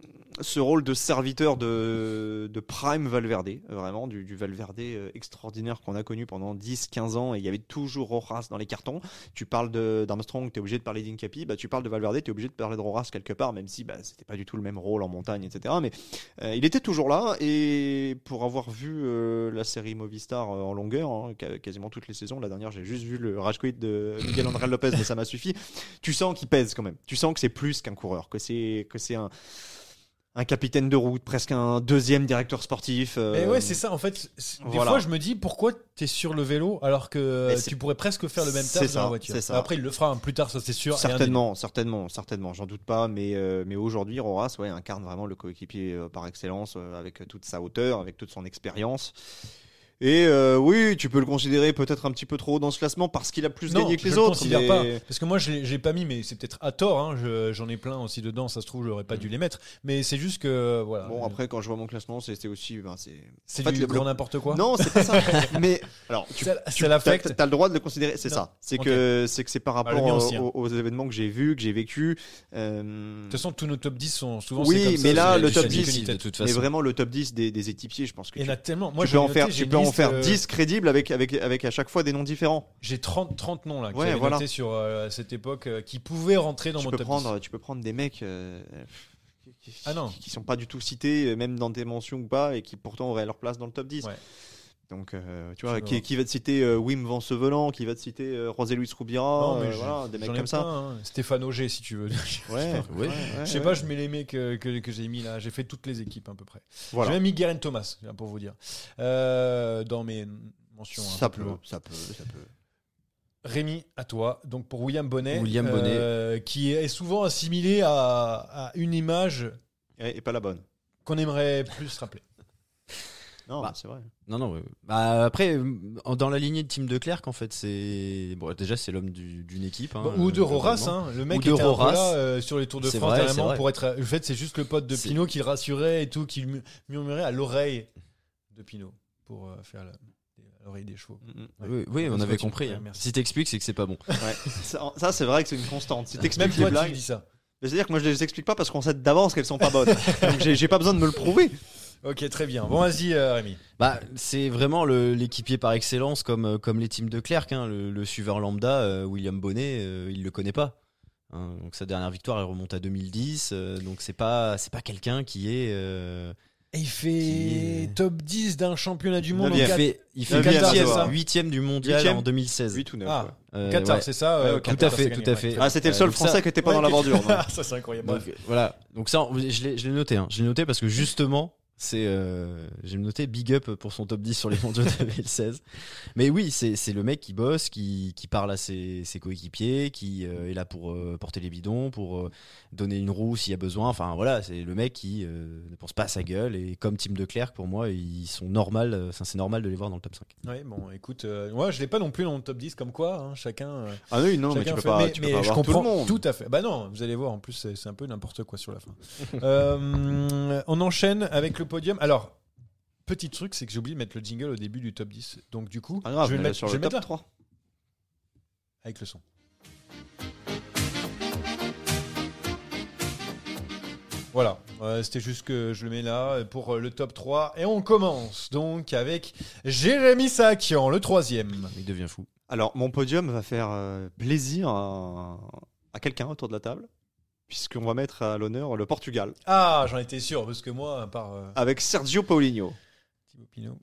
ce rôle de serviteur de, de Prime Valverde, euh, vraiment, du, du Valverde euh, extraordinaire qu'on a connu pendant dix quinze ans, et il y avait toujours Rojas dans les cartons. Tu parles de- d'Armstrong, tu es obligé de parler d'Incapi, bah, tu parles de Valverde, tu es obligé de parler de Rojas quelque part, même si bah, c'était pas du tout le même rôle en montagne, et cetera. Mais euh, il était toujours là, et pour avoir vu euh, la série Movistar euh, en longueur, hein, qua- quasiment toutes les saisons, la dernière j'ai juste vu le rage quit de Miguel André Lopez, mais ça m'a suffi. Tu sens qu'il pèse quand même, tu sens que c'est plus qu'un coureur, que c'est que c'est un un capitaine de route, presque un deuxième directeur sportif. euh, Mais ouais, c'est ça. En fait, c'est- des voilà. fois, je me dis pourquoi t'es sur le vélo alors que Mais euh, c'est- tu pourrais presque faire le même c'est taf ça, dans la voiture. c'est ça. Après, il le fera hein, plus tard, ça c'est sûr. et un Certainement, certainement, certainement, j'en doute pas, mais, euh, mais aujourd'hui, Rojas ouais, incarne vraiment le coéquipier euh, par excellence, euh, avec toute sa hauteur, avec toute son expérience. Et euh, oui, tu peux le considérer peut-être un petit peu trop haut dans ce classement parce qu'il a plus Non, gagné que les je le autres. considère mais- pas. Parce que moi, je l'ai- j'ai pas mis, mais c'est peut-être à tort. Hein, je- j'en ai plein aussi dedans. Ça se trouve, j'aurais pas dû les mettre. Mais c'est juste que voilà. Bon, après, quand je vois mon classement, c'est c'est aussi. Ben, c'est c'est en fait, du le- grand n'importe quoi. Non, c'est pas ça. Mais alors, tu, ça, tu ça l'affecte. T'as, t'as le droit de le considérer, c'est Non. ça. C'est Ok. que c'est que c'est par Bah, le rapport mien aux, aussi, hein. aux- aux événements que j'ai vus, que j'ai vécu. euh, De toute façon, tous nos top dix sont souvent. Oui, c'est comme ça, mais là, c'est- le c'est top du dix, que ni de tête. toute mais façon. vraiment le top dix des, des équipiers, je pense que Il y tu, en a tellement. Moi, tu j'ai peux en noté, faire, j'ai tu une peux en liste, faire euh, dix crédibles avec avec avec à chaque fois des noms différents. J'ai trente, trente noms là que Ouais, j'avais voilà. notés sur euh, cette époque euh, qui pouvaient rentrer dans Tu mon peux top prendre, tu peux prendre des mecs. euh, qui, qui- Ah non. qui sont pas du tout cités, euh, même dans tes mentions ou pas, et qui pourtant auraient leur place dans le top dix. Ouais. Donc, euh, tu vois, Je qui, vois. qui va te citer euh, Wim Van Sevelan, qui va te citer euh, José Luis Rubira, Non, mais euh, je- voilà, des mecs j'en ai comme ça. plein, hein. Stéphane Auger, si tu veux. Ouais, Ouais. ouais, Je sais ouais. pas, je mets les mecs euh, que, que j'ai mis là. J'ai fait toutes les équipes à peu près. Voilà. J'ai même mis Geraint Thomas, là, pour vous dire. Euh, dans mes mentions. un Ça peu peut, plus haut. ça peut, ça peut. Rémi, à toi. Donc pour William Bonnet. William euh, qui est souvent assimilé à, à une image Et, et pas la bonne. qu'on aimerait plus se rappeler. Non, Bah, c'est vrai. Non, non. ouais. Bah, après, euh, dans la lignée de Tim de Klerk, en fait, c'est. Bon, déjà, c'est l'homme du- d'une équipe. hein, Bon, ou de euh, Roras, globalement. hein. Le mec Ou de était un peu Roras. là euh, sur les Tours de C'est France vrai, carrément c'est vrai. pour être. En fait, c'est juste le pote de C'est- Pinot qui le rassurait et tout, qui le murmurait à l'oreille de Pinot pour euh, faire la- l'oreille des chevaux. Mm, mm. Oui, oui, on Ça avait soit-il. compris. Ouais, hein. merci. Si t'expliques, c'est que c'est pas bon. Ouais. ça, ça, c'est vrai que c'est une constante. Si Même t'expliques les toi, tu blagues, dis ça. mais c'est-à-dire que moi je les explique pas parce qu'on sait d'avance qu'elles sont pas bonnes. Donc j'ai, j'ai pas besoin de me le prouver. Ok, très bien. Bon, vas-y, euh, Rémi. Bah, c'est vraiment le- l'équipier par excellence, comme, euh, comme les teams de Klerk. Hein. Le, le suiveur lambda, euh, William Bonnet, euh, il le connaît pas. Hein. Donc sa dernière victoire, elle remonte à deux mille dix. euh, donc c'est pas, c'est pas quelqu'un qui est. euh, Et il fait Qui est- top dix d'un championnat du monde en il Neuvième. quatre- fait, il fait Neuvième, huitième, c'est ça huitième du mondial Huitième. en deux mille seize. huit ou neuf. Ah, ouais. Euh, Qatar, ouais. c'est ça euh, Ouais, Tout Qatar, à fait, c'est tout gagné, à ouais. fait. Ah, c'était le Euh, seul donc ça- français qui était pas Ouais, dans la que- bordure. non. ça, c'est incroyable. Donc, Bref. euh, voilà. Donc ça, on- je l'ai, je l'ai noté. Hein. Je l'ai noté parce que justement, C'est, euh, j'ai noté big up pour son top dix sur les mondiaux deux mille seize. Mais oui, c'est, c'est le mec qui bosse, qui, qui parle à ses, ses coéquipiers, qui euh, est là pour euh, porter les bidons, pour euh, donner une roue s'il y a besoin. Enfin voilà, c'est le mec qui euh, ne pense pas à sa gueule. Et comme Tim de Klerk, pour moi, ils sont normal, euh, c'est normal de les voir dans le top cinq. Ouais, bon, écoute, euh, moi je l'ai pas non plus dans le top dix, comme quoi, hein, chacun. Euh, Ah oui, non, mais chacun tu peux fait- pas, mais, tu peux mais pas je avoir tout le comprends monde. tout à fait. Bah non, vous allez voir, en plus, c'est, c'est un peu n'importe quoi sur la fin. Euh, on enchaîne avec le podium. Alors, petit truc, c'est que j'ai oublié de mettre le jingle au début du top dix. Donc, du coup, Pas grave, je vais le mais mettre sur je vais le le mettre top là, trois. avec le son. Voilà, euh, c'était juste que je le mets là pour euh, le top trois. Et on commence donc avec Jérémy Sakian, le troisième. Il devient fou. Alors, mon podium va faire euh, plaisir à, à quelqu'un autour de la table, puisqu'on va mettre à l'honneur le Portugal, Ah, j'en étais sûr, parce que moi, à part euh, avec Sergio Paulinho. Thibaut Pinot.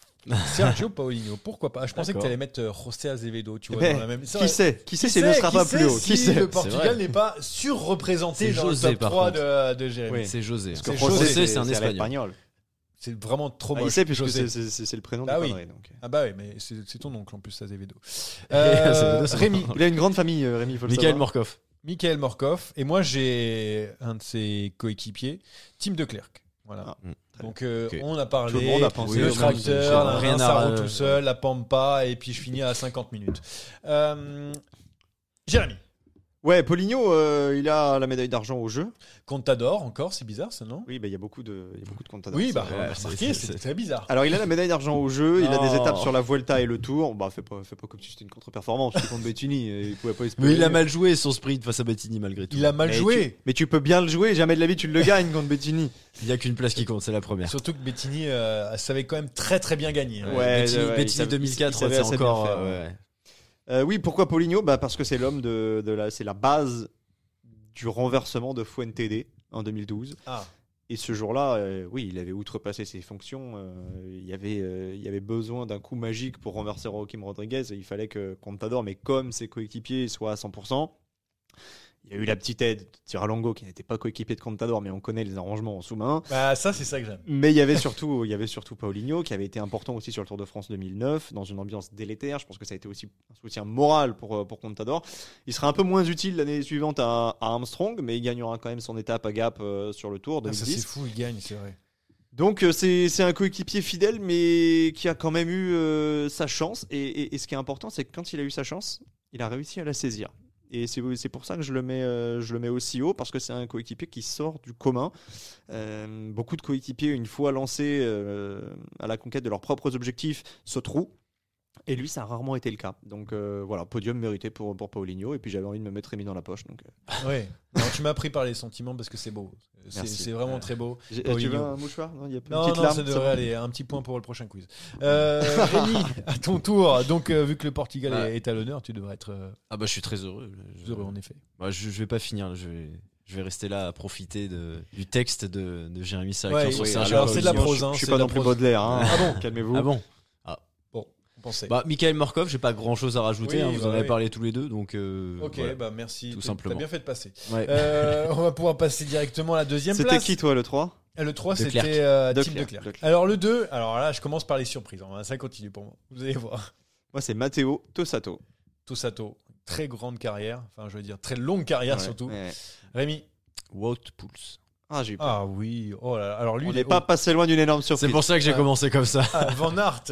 Sergio Paulinho, pourquoi pas? Je pensais que D'accord. tu allais mettre euh, José Azevedo, tu Eh vois, ben, dans la même. Qui sait Qui sait s'il ne sera pas plus haut Qui si sait le C'est Portugal vrai. n'est pas surreprésenté C'est dans José, le top par trois contre. de, de Jérémy. Oui. C'est José. Parce C'est que José, José, c'est un à Espagnol. l'espagnol. C'est vraiment trop Ah, moche. il sait, puisque José. c'est, c'est, c'est le prénom Ah de oui. Padre, donc. Ah bah oui, mais c'est, c'est ton oncle en plus, Azevedo. Azevedo, Euh, c'est Rémi, Il a une grande famille, euh, Rémi, il faut le Michael savoir. Morkov. Michael Morkov, et moi j'ai un de ses coéquipiers, Tim de Klerk. Voilà. Ah, très Donc euh, Ok. on a parlé, Tout le monde a pensé le au monde, c'est tracteur, sûr. un Rien à- ça roule tout seul, la pampa, et puis je finis à cinquante minutes. Euh, Jérémy, Ouais, Paulinho, euh, il a la médaille d'argent au jeu. Contador encore, c'est bizarre ça, non? Oui, bah, il y a beaucoup de, il y a beaucoup de comptes. Oui, bah Ouais, on a c'est- remarqué, c'est- c'est très bizarre. Alors, il a la médaille d'argent au jeu, il a des Non. étapes sur la Vuelta et le Tour. Bah, fais pas, fais pas comme si c'était une contre-performance, tu contre Bettini, et il pouvait pas espérer. Mais il a mal joué son sprint face à Bettini malgré tout. Il a mal Mais joué. tu- mais tu peux bien le jouer, jamais de la vie tu le gagnes contre Bettini. Il n'y a qu'une place qui compte, c'est la première. Surtout que Bettini euh, savait quand même très très bien gagner. hein. Ouais, Bettini, ouais, Bettini il savait- deux mille quatre, il savait c'est assez bien encore. faire, euh, ouais. Euh, oui, pourquoi Paulinho bah, parce que c'est l'homme de, de la, c'est la base du renversement de Fuentd en deux mille douze. Ah. Et ce jour-là, euh, oui, il avait outrepassé ses fonctions. euh, il, y avait, euh, il y avait besoin d'un coup magique pour renverser Joaquim Rodriguez. Et il fallait que Contador, mais comme ses coéquipiers, soient à cent pour cent. Il y a eu la petite aide de Tiralongo qui n'était pas coéquipier de Contador, mais on connaît les arrangements en sous-main. Bah ça c'est ça que j'aime. Mais il y avait surtout, il y avait surtout Paulinho qui avait été important aussi sur le Tour de France deux mille neuf dans une ambiance délétère. Je pense que ça a été aussi un soutien moral pour euh, pour Contador. Il sera un peu moins utile l'année suivante à, à Armstrong, mais il gagnera quand même son étape à Gap euh, sur le Tour Ah, ça deux mille dix. c'est fou, il gagne, c'est vrai. Donc euh, c'est c'est un coéquipier fidèle, mais qui a quand même eu euh, sa chance. Et, et, et ce qui est important, c'est que quand il a eu sa chance, il a réussi à la saisir. Et c'est c'est pour ça que je le mets, euh, je le mets aussi haut, parce que c'est un coéquipier qui sort du commun. Euh, beaucoup de coéquipiers, une fois lancés euh, à la conquête de leurs propres objectifs, se trouent. Et lui, ça a rarement été le cas. Donc euh, voilà, podium mérité pour, pour Paulinho. Et puis j'avais envie de me mettre Rémi dans la poche. Donc, euh. Ouais. Non, tu m'as pris par les sentiments parce que c'est beau. C'est, Merci. c'est vraiment très beau. J'ai- Paulinho. tu veux un mouchoir? Non, il y a une Non, petite non, larme, ça ça devrait va. aller. Un petit point pour le prochain quiz. Euh, Rémi, à ton tour. Donc, euh, vu que le Portugal Ouais. est, est à l'honneur, tu devrais être euh, Ah bah je suis très heureux. Je, heureux en effet. Bah, je, je vais pas finir. Je vais, je vais rester là à profiter de, du texte de, de Jérémy Sakian Ouais, sur oui, Sergio alors, c'est de la Paulinho. prose, hein, Je suis c'est pas de la non plus prose. Baudelaire. Hein. Ah bon Calmez-vous. Ah bon. Bon, on pensait. Bah, Michael Morkov, j'ai pas grand chose à rajouter. Oui, hein, vous bah en avez oui. parlé tous les deux, donc. euh, Ok, voilà. bah merci. Tout T'as- simplement. T'as bien fait de passer. Ouais. Euh, on va pouvoir passer directement à la deuxième C'était place. qui toi le trois? Et le trois, De c'était Klerk. euh, De Tim de Klerk, Klerk. de Klerk. Alors le deux, alors là, je commence par les surprises. hein. Ça continue pour moi. Vous allez voir. Moi, c'est Matteo Tossato. Tosato, très grande carrière. Enfin, je veux dire, très longue carrière Ouais, surtout. ouais. Rémi. Wout Poels. Ah, j'ai eu peur. Ah oui. Oh là là. Alors lui, On il n'est est- pas passé loin d'une énorme surprise. C'est pour ça que j'ai Ah. commencé comme ça. Ah, Van Aert.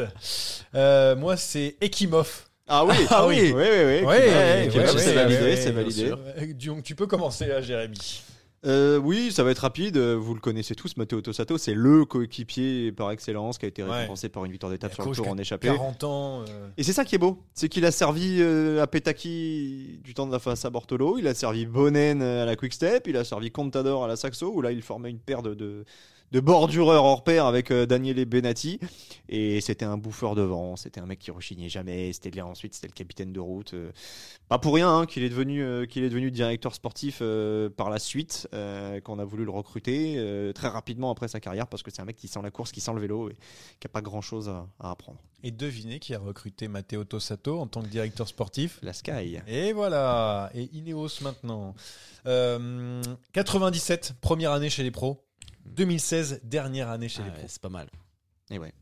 Euh, moi, c'est Ekimov. Ah oui, Ah oui. oui, oui, oui. Ouais, Ouais, ouais, c'est ouais, c'est ouais, validé, ouais, c'est bien validé. sûr. Euh, Donc tu peux commencer là, Jérémy. Euh, oui, ça va être rapide. euh, Vous le connaissez tous, Matteo Tossato, c'est le coéquipier par excellence qui a été Ouais. récompensé par une victoire d'étape Il sur le coach Tour qui a en échappée. quarante ans. euh, Et c'est ça qui est beau, c'est qu'il a servi euh, à Petaki du temps de la face à Bortolo, il a servi Bonen à la Quick Step, il a servi Contador à la Saxo, où là il formait une paire de, de, de bordureurs hors pair avec euh, Daniele Benatti. Et c'était un bouffeur de vent, c'était un mec qui rechignait jamais, c'était là ensuite, c'était le capitaine de route. euh, pas pour rien hein, qu'il est devenu euh, qu'il est devenu directeur sportif euh, par la suite, euh, qu'on a voulu le recruter euh, très rapidement après sa carrière, parce que c'est un mec qui sent la course, qui sent le vélo et qui a pas grand chose à, à apprendre. Et devinez qui a recruté Matteo Tossato en tant que directeur sportif. La Sky. Et voilà. Et Ineos maintenant. Euh, quatre-vingt-dix-sept, première année chez les pros. deux mille seize, dernière année chez Ah les ouais, pros. c'est pas mal. Et ouais.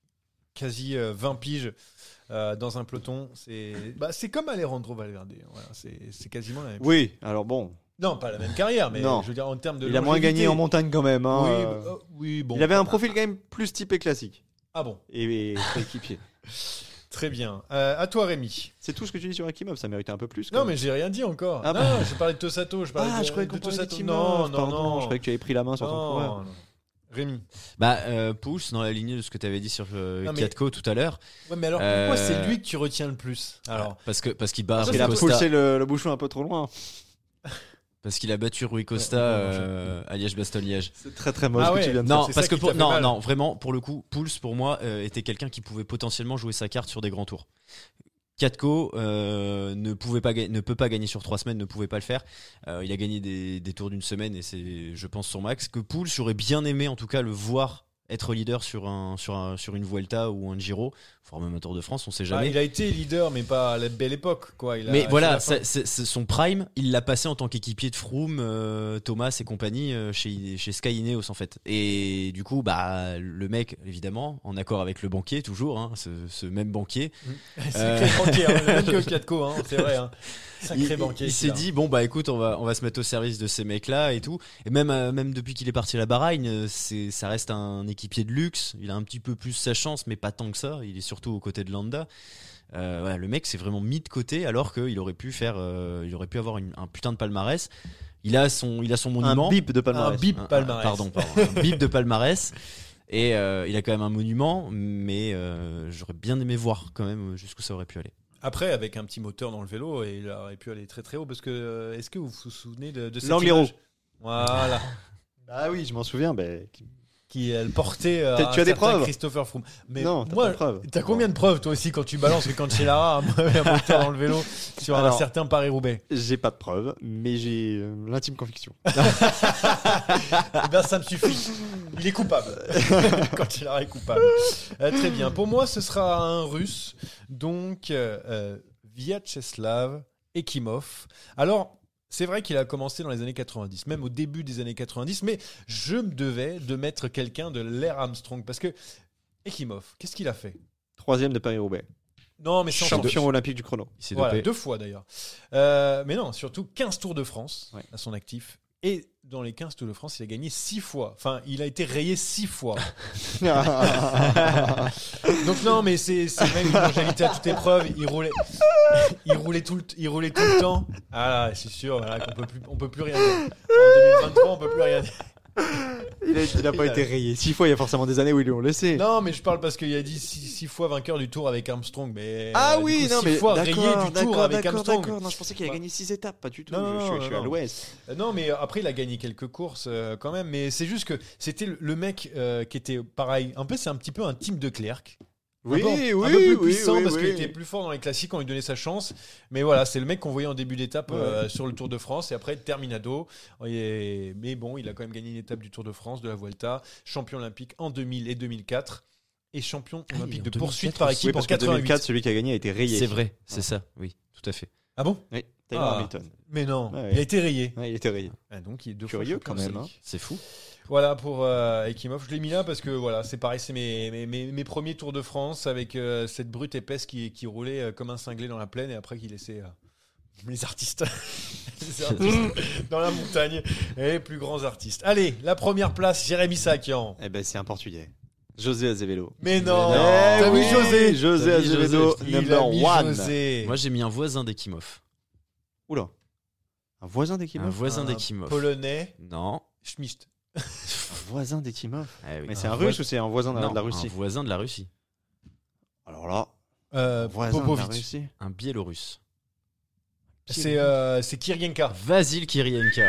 Quasi euh, vingt piges euh, dans un peloton. C'est, bah, c'est comme Alejandro Valverde. Voilà, c'est, c'est quasiment la même chose. Oui, alors bon, Non, pas la même carrière, mais Non. je veux dire en termes de il a moins longévité. gagné en montagne quand même. Hein. Oui, Euh, bah, euh, oui, bon. il avait un profil quand même plus typé classique. Ah bon, Et, et équipier. très bien. Euh, à toi, Rémi. C'est tout ce que tu dis sur Akimov, ça méritait un peu plus. quand Non, même. mais j'ai rien dit encore. Ah non, bah. je parlais de Tosato. Je parlais Ah, de, je croyais de qu'on parlait Tosato. d'Akimov. Non, non, Pardon, non. Je croyais que tu avais pris la main sur ton Non, coureur. non. Rémi. Bah, euh, Pouls, dans la lignée de ce que tu avais dit sur euh, Non, mais- Kiatko tout à l'heure. Ouais, mais alors Euh, pourquoi c'est lui que tu retiens le plus alors Parce que parce qu'il bat Parce Rui qu'il a Costa. poussé le, le bouchon un peu trop loin. Parce qu'il a battu Rui Costa Ouais, ouais, euh, à Liège-Bastogne-Liège. C'est très très moche Ah ce ouais. que tu viens de Non, c'est parce ça que qui pour, t'a fait non, mal. non, vraiment, pour le coup, Pouls pour moi euh, était quelqu'un qui pouvait potentiellement jouer sa carte sur des grands tours. Kiatko euh, ne pouvait pas ga- ne peut pas gagner sur trois semaines, ne pouvait pas le faire. Euh, il a gagné des, des tours d'une semaine et c'est, je pense, son max. Que Pouls j'aurais bien aimé en tout cas le voir être leader sur un sur un sur une Vuelta ou un Giro, voire même un Tour de France, on sait Bah, jamais. il a été leader, mais pas à la belle époque, quoi. Il a- Mais sur voilà, la fin. c'est, c'est- c'est son prime, il l'a passé en tant qu'équipier de Froome, euh, Thomas et compagnie euh, chez, chez Sky Ineos en fait. Et du coup, bah, le mec, évidemment, en accord avec le banquier, toujours, hein, ce, ce même banquier, Sacré Euh. banquier, hein, le même que Kiatko, hein, c'est vrai. Hein. Sacré il, banquier. il s'est celui-là. dit bon bah écoute, on va on va se mettre au service de ces mecs-là et tout. Et même euh, même depuis qu'il est parti à la Bahreïn, euh, c'est ça reste un équipier de luxe. Il a un petit peu plus sa chance, mais pas tant que ça. Il est surtout aux côtés de Landa. Euh, voilà, le mec s'est vraiment mis de côté alors qu'il aurait pu faire, euh, il aurait pu avoir une- un putain de palmarès. Il a son, il a son monument. Un bip de palmarès. Un bip Un- un- palmarès. Pardon, pardon. Un bip de palmarès. Et euh, il a quand même un monument, mais euh, j'aurais bien aimé voir quand même jusqu'où ça aurait pu aller. Après, avec un petit moteur dans le vélo, et il aurait pu aller très très haut. Parce que, euh, est-ce que vous vous souvenez de, de cette L'Angliru. image Voilà. Ah oui, je m'en souviens. Ben... Qui elle portait. euh, T'as- un tu as des certain preuves Christopher Froome. Mais Non, t'as moi, pas de preuves. T'as combien de preuves toi aussi quand tu balances que Cancellara a un moteur dans le vélo sur un Alors, certain Paris-Roubaix? J'ai pas de preuves, mais j'ai euh, l'intime conviction. Eh bien, ça me suffit. Il est coupable. Cancellara est coupable. Euh, très bien. Pour moi, ce sera un Russe, donc euh, euh, Vyacheslav Ekimov. Alors, c'est vrai qu'il a commencé dans les années quatre-vingt-dix, même au début des années quatre-vingt-dix, mais je me devais de mettre quelqu'un de l'ère Armstrong parce que Ekimov, qu'est-ce qu'il a fait? Troisième de Paris-Roubaix. Non, mais sans Champion olympique du chrono. Il s'est Voilà, dopé. deux fois d'ailleurs. Euh, mais non, surtout quinze Tours de France Ouais. à son actif. Et dans les quinze Tours de France, il a gagné six fois. Enfin, il a été rayé six fois. Donc non, mais c'est, c'est même une longévité à toute épreuve. Il roulait, il roulait tout le, il roulait tout le temps. Ah là, c'est sûr, voilà, qu'on peut plus, on peut plus rien dire. En deux mille vingt-trois, on peut plus rien dire. Il a, il a pas Il a- été rayé. Six fois, il y a forcément des années où ils l'ont laissé. Non, mais je parle parce qu'il a dit six, six fois vainqueur du Tour avec Armstrong. Mais Ah euh, du oui, coup, non, six mais fois d'accord, rayé du Tour d'accord, avec d'accord, Armstrong. d'accord. Non, je pensais qu'il a Ouais. gagné six étapes, pas du tout. Non, je, non, je- je suis non, à non. l'ouest. Euh, Non, mais après, il a gagné quelques courses euh, quand même. Mais c'est juste que c'était le- le mec euh, qui était pareil. Un peu, c'est un petit peu un team de Clerc. Oui, un peu, oui, un peu plus oui, puissant oui, parce oui. qu'il était plus fort dans les classiques, on lui donnait sa chance. Mais voilà, c'est le mec qu'on voyait en début d'étape euh, sur le Tour de France et après terminado. Et- mais bon, il a quand même gagné une étape du Tour de France, de la Vuelta, champion olympique en deux mille et deux mille quatre et champion Ah, olympique en de deux mille poursuite quatre par aussi. équipe Oui, parce en que deux mille quatre, quatre-vingt-huit. celui qui a gagné a été rayé. C'est vrai, c'est Ouais. ça, oui, tout à fait. Ah bon? Oui, Taylor Ah. Hamilton. Mais non, Ouais, il a été rayé. Ouais, il était rayé. Ah, donc il est deux fois Curieux champion quand même, olympique. C'est fou. Voilà pour euh, Ekimov. Je l'ai mis là parce que voilà, c'est pareil, c'est mes, mes, mes, mes premiers Tours de France avec euh, cette brute épaisse qui, qui roulait euh, comme un cinglé dans la plaine et après qui laissait euh, les artistes, les artistes dans la montagne et les plus grands artistes. Allez, la première place, Jérémy Sakian. Eh ben, c'est un Portugais. José Azevedo. Mais non, Mais non. t'as oui, mis José. José T'as mis Azevedo, José, Il a number mis one. José. Moi, j'ai mis un voisin d'Ekimov. Oula. Un voisin Un d'Ekimov. voisin Un d'Ekimov. Polonais, Non. Schmidt. Un voisin d'Ekimov. Eh oui. Mais c'est un, Un russe voi- ou c'est un voisin de la- Non, de la Russie un voisin de la Russie. Alors là, Euh, un voisin de la Popovic. Russie. Un biélorusse. C'est euh, c'est Kirienka. Vasil Kirienka.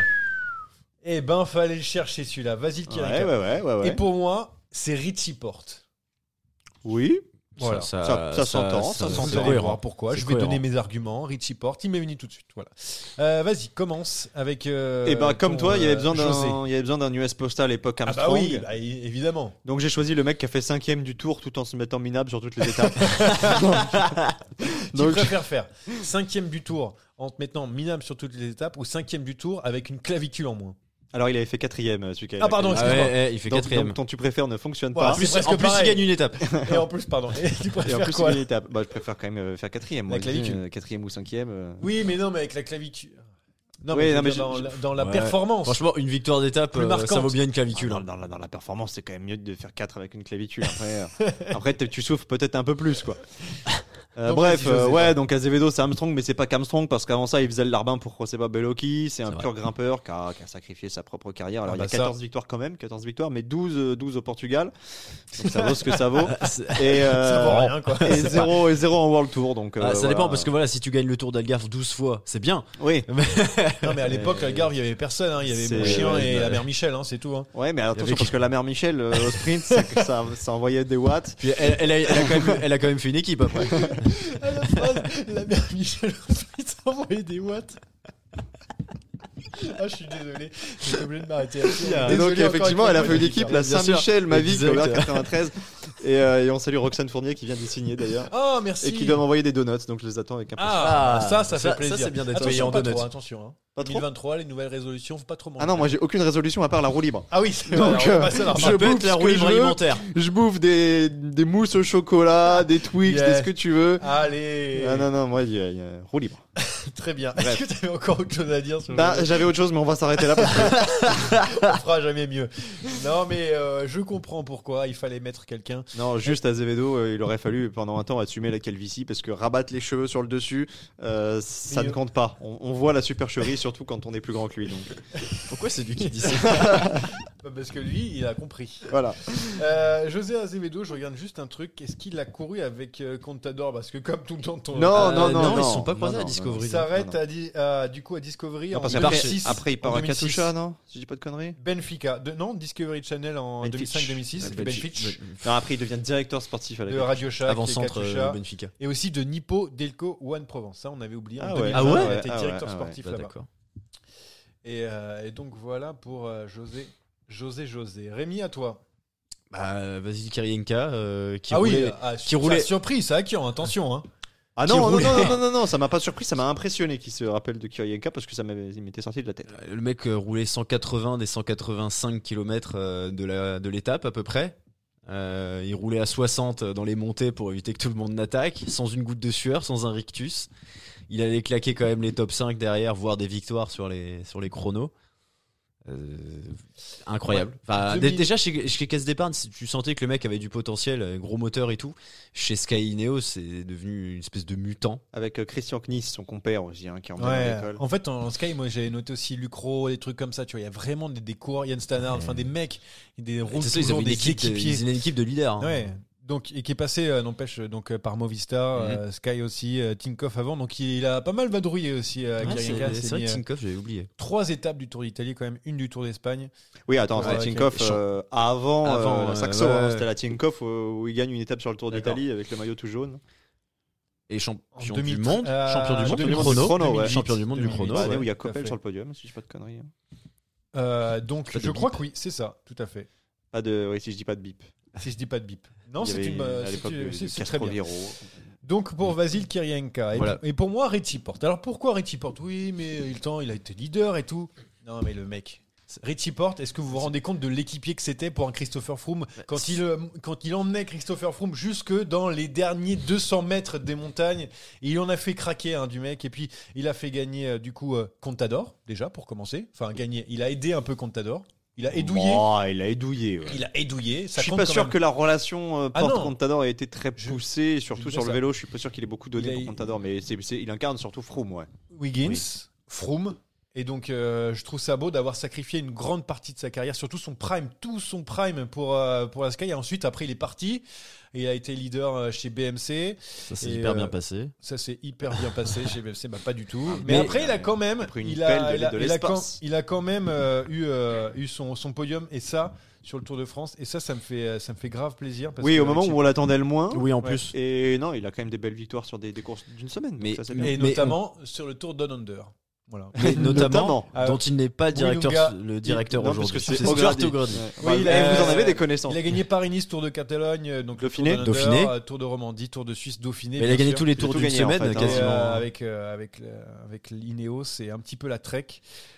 Eh ben, fallait le chercher celui-là. Vasil Ouais, Kirienka. ouais, ouais, ouais, ouais. Et pour moi, c'est Richie Porte. Oui. Voilà. Ça- ça s'entend, ça Vous s'entend. allez cohérent. voir pourquoi. C'est Je vais cohérent. donner mes arguments. Richie Porte, il m'est venu tout de suite. Voilà. Euh, vas-y, commence avec. Euh, Et ben comme ton, toi, il y avait euh, besoin José. d'un, il y avait besoin d'un U S Postal époque Ah bah Armstrong. oui, bah, é- évidemment. Donc j'ai choisi le mec qui a fait cinquième du tour tout en se mettant minable sur toutes les étapes. Tu Donc- préfères faire cinquième du tour en te mettant minable sur toutes les étapes ou cinquième du tour avec une clavicule en moins? Alors, il avait fait quatrième, celui qui avait Ah, la pardon, qualif. Ah excuse-moi. ouais, ouais, il fait Donc, quatrième. donc, ton tu préfères ne fonctionne Voilà, pas. En plus, c'est presque en plus il pareil. gagne une étape. Et en plus, pardon. Et tu Et en préfères plus, quoi il était à- bah, je préfère quand même euh, faire quatrième. Moi, La clavicule. je dis, euh, quatrième ou cinquième. euh. Oui, mais non, mais avec la clavicule. Non, Oui, mais, je non, veux mais dire, je- dans, je- la, dans la Ouais. performance. Franchement, une victoire d'étape, Plus euh, ça marquante. vaut bien une Ah, clavicule. dans, hein. dans la, dans la performance, c'est quand même mieux de faire quatre avec une clavicule. Après, euh, après t- tu souffres peut-être un peu plus, quoi. Euh, Donc, bref, vas-y, José, euh, ouais, toi. donc Azevedo c'est Armstrong, mais c'est pas qu'Armstrong parce qu'avant ça il faisait le larbin pour Joseba Bellocchi. C'est un C'est pur grimpeur qui a, qui a sacrifié sa propre carrière. Alors Ah il y a bah ça. quatorze victoires quand même, quatorze victoires, mais douze, euh, douze au Portugal. Donc ça vaut ce que ça vaut. C'est- Et, euh, Ça vaut rien, quoi. Et zéro, et zéro en World Tour. Donc, euh, Ah, ça voilà. dépend parce que voilà, si tu gagnes le Tour d'Algarve douze fois, c'est bien. Oui, Non, mais à l'époque, Euh, l'Algarve, il y avait personne. Hein. Il y avait c'est- mon chien ouais, et ouais. la mère Michel, hein, c'est tout. Hein. ouais, mais attention avait- parce que la mère Michel euh, au sprint, ça, ça, ça envoyait des watts. Puis elle, elle a, elle a quand même, elle a quand même fait une équipe après. À la phrase, la mère Michel, il s'envoyait des watts. Ah, je suis désolé, j'étais obligé de m'arrêter. Et Désolé donc encore effectivement, une elle a fois, fait une je équipe, vais la faire. Saint-Michel, Mavic, Exact. au quatre-vingt-treize. Et, euh, et on salue Roxane Fournier qui vient d'y signer d'ailleurs. Oh, merci. Et qui doit m'envoyer des donuts, donc je les attends avec impatience. Ah, Ah, ça, ça fait ça- plaisir. ça, c'est bien d'être Attention, payé en pas donuts. trop, attention. Hein. Pas trop deux mille vingt-trois, les nouvelles résolutions, faut pas trop manger. Ah non, moi j'ai aucune résolution à part la roue libre. Ah oui, c'est Donc, vrai, on va euh, passer à la je Ça peut bouffe être la ce roue que libre je veux. alimentaire. Je bouffe des, des mousses au chocolat, des Twix, Yes. des ce que tu veux. Allez. Ah non, non, moi il y, a- il y a roue libre. Très bien. Bref. Est-ce que tu avais encore autre chose à dire sur le Bah, jeu j'avais autre chose, mais on va s'arrêter là parce que. On fera jamais mieux. Non, mais euh, je comprends pourquoi il fallait mettre quelqu'un. Non, juste Azevedo, euh, il aurait fallu pendant un temps assumer la calvitie parce que rabattre les cheveux sur le dessus, euh, ça Mais, ne euh, compte pas. On, on voit la supercherie, surtout quand on est plus grand que lui. Donc euh, Pourquoi c'est lui qui dit ça? Bah, Parce que lui, il a compris. voilà. Euh, José Azevedo, je regarde juste un truc. Est-ce qu'il a couru avec euh, Contador? Parce que comme tout le temps, ton. Non, Euh, non, non, non, non, ils se sont pas non, croisés non, à non, Discovery. non. Il s'arrête à, di- à- du coup à Discovery Non, en parce deux qu'après, mille six. après, il part en à deux mille six. Katusha, non Si je dis pas de conneries. Benfica. De, non, Discovery Channel en Benfica. deux mille cinq deux mille six. Ouais, C'était Benfica. Benfica. Non, après, il devient directeur sportif à la De Katusha. Radio Shack Avant et centre Katusha. euh, Benfica. Et aussi de Nippo Delco One Provence. Ça, on avait oublié. Ah en ouais. deux mille vingt, Ah ouais il a été Ah ouais, directeur ah ouais. sportif Bah, là-bas. d'accord. Et, euh, et donc voilà pour euh, José, José, José. Rémi, à toi. Bah, Vasily Kirienka euh, qui ah roulait. oui, ah, qui roulait- ça a surpris, ça a qui en attention. Hein. Ah Qui non, non, roulait. non, non, non, non, ça m'a pas surpris, ça m'a impressionné qu'il se rappelle de Kirienka parce que ça m'avait- il m'était sorti de la tête. Euh, Le mec euh, roulait cent quatre-vingts des cent quatre-vingt-cinq kilomètres euh, de la de l'étape à peu près. Euh, il roulait à soixante dans les montées pour éviter que tout le monde n'attaque, sans une goutte de sueur, sans un rictus. Il allait claquer quand même les top cinq derrière, voire des victoires sur les sur les chronos. Euh, incroyable. Enfin, deux dé- mille déjà chez, chez Caisse d'épargne, si tu sentais que le mec avait du potentiel, euh, gros moteur et tout. Chez Sky Ineos, c'est devenu une espèce de mutant. Avec euh, Christian Knies, son compère aussi, hein, qui est en Ouais. à l'école. En fait, en Sky, moi j'avais noté aussi Lucro, des trucs comme ça. Tu vois, il y a vraiment des, des coureurs, Yann Stannard, enfin des mecs, des roulent C'est ça, ils toujours avaient une des équipe, de, équipiers. ils avaient une équipe de leaders. hein. Ouais. Donc, et qui est passé, euh, n'empêche, donc euh, par Movistar, Mhm. euh, Sky aussi, euh, Tinkoff avant. Donc il, il a pas mal vadrouillé aussi. Euh, Ah, Kirienka, c'est s'est c'est vrai mis, que euh, Tinkoff, j'avais oublié. trois étapes du Tour d'Italie quand même, une du Tour d'Espagne. Oui, attends, Ouais, c'était ok. Tinkoff euh, avant, Avant, euh, la euh, Saxo, ouais, hein, ouais. c'était la Tinkoff euh, où il gagne une étape sur le Tour D'accord. d'Italie avec le maillot tout jaune. Et champion En du deux mille monde, euh, champion du monde champion du du monde chrono, du chrono, ouais. deux mille huit, champion du monde du deux mille huit. chrono. Bah, ouais. où il y a tout à Coppel fait. sur le podium, si je dis pas de conneries. hein. Euh, donc Pas de je crois bip. que oui, c'est ça, tout à fait. Pas de, oui, si je dis pas de bip. Si je dis pas de bip. Non, Il y c'est avait, une, euh, à c'est l'époque une- de- c'est- de c'est très bien. Castroviro. Donc pour Vasil Kirienka. Et, Voilà. et pour moi, Richie Porte. Alors pourquoi Richie Porte? Oui, mais il, temps, il a été leader et tout. Non, mais le mec. Richie Porte, est-ce que vous vous rendez compte de l'équipier que c'était pour un Christopher Froome quand il, euh, quand il emmenait Christopher Froome jusque dans les derniers deux cents mètres des montagnes, et il en a fait craquer hein, du mec, et puis il a fait gagner euh, du coup euh, Contador, déjà pour commencer. Enfin, gagner, il a aidé un peu Contador. Il a édouillé. Oh, il a édouillé. ouais. Il a édouillé. Ça Je suis compte pas quand sûr même. que la relation euh, Ah non. Porte-Contador ait été très Je- poussée, je surtout dis sur pas le ça. vélo. Je suis pas sûr qu'il ait beaucoup donné Il a- pour Contador, mais c'est, c'est- il incarne surtout Froome, ouais. Wiggins, Oui. Froome. Et donc, euh, je trouve ça beau d'avoir sacrifié une grande partie de sa carrière, surtout son prime, tout son prime pour, euh, pour la Sky. Et ensuite, après, il est parti. Et il a été leader euh, chez B M C. Ça s'est Et, hyper euh, bien passé. Ça s'est hyper bien passé chez B M C, bah pas du tout. Mais, Mais- après, il a quand même, Après une il pelle a, de- il a, de il a quand, l'espace. il a quand même euh, eu, euh, eu son, son podium et ça sur le Tour de France. Et ça, ça me fait, ça me fait grave plaisir. Parce Oui, que au moment Richie- où on l'attendait le moins. Oui, en Ouais. plus. Et non, il a quand même des belles victoires sur des, des courses d'une semaine. donc Mais- ça, c'est mais- bien. et notamment sur le Tour Down Under. Voilà. Mais notamment, Euh, dont il n'est pas directeur, Wilunga. le directeur Non, parce aujourd'hui. que c'est Stuart O'Grady. O'Grady. Ouais. Oui, Bah, il eh, a- vous en avez euh, des connaissances. Il a gagné Paris-Nice, Tour de Catalogne, euh, donc le Dauphiné. Tour de Down Dauphiné. Under, euh, Tour de Romandie, Tour de Suisse, Dauphiné. Mais il a bien gagné sûr. tous les Il a tours tout d'une gagné, en semaine, fait, hein. Et, quasiment. euh, avec, euh, avec, le- avec l'Ineos, c'est un petit peu la trek.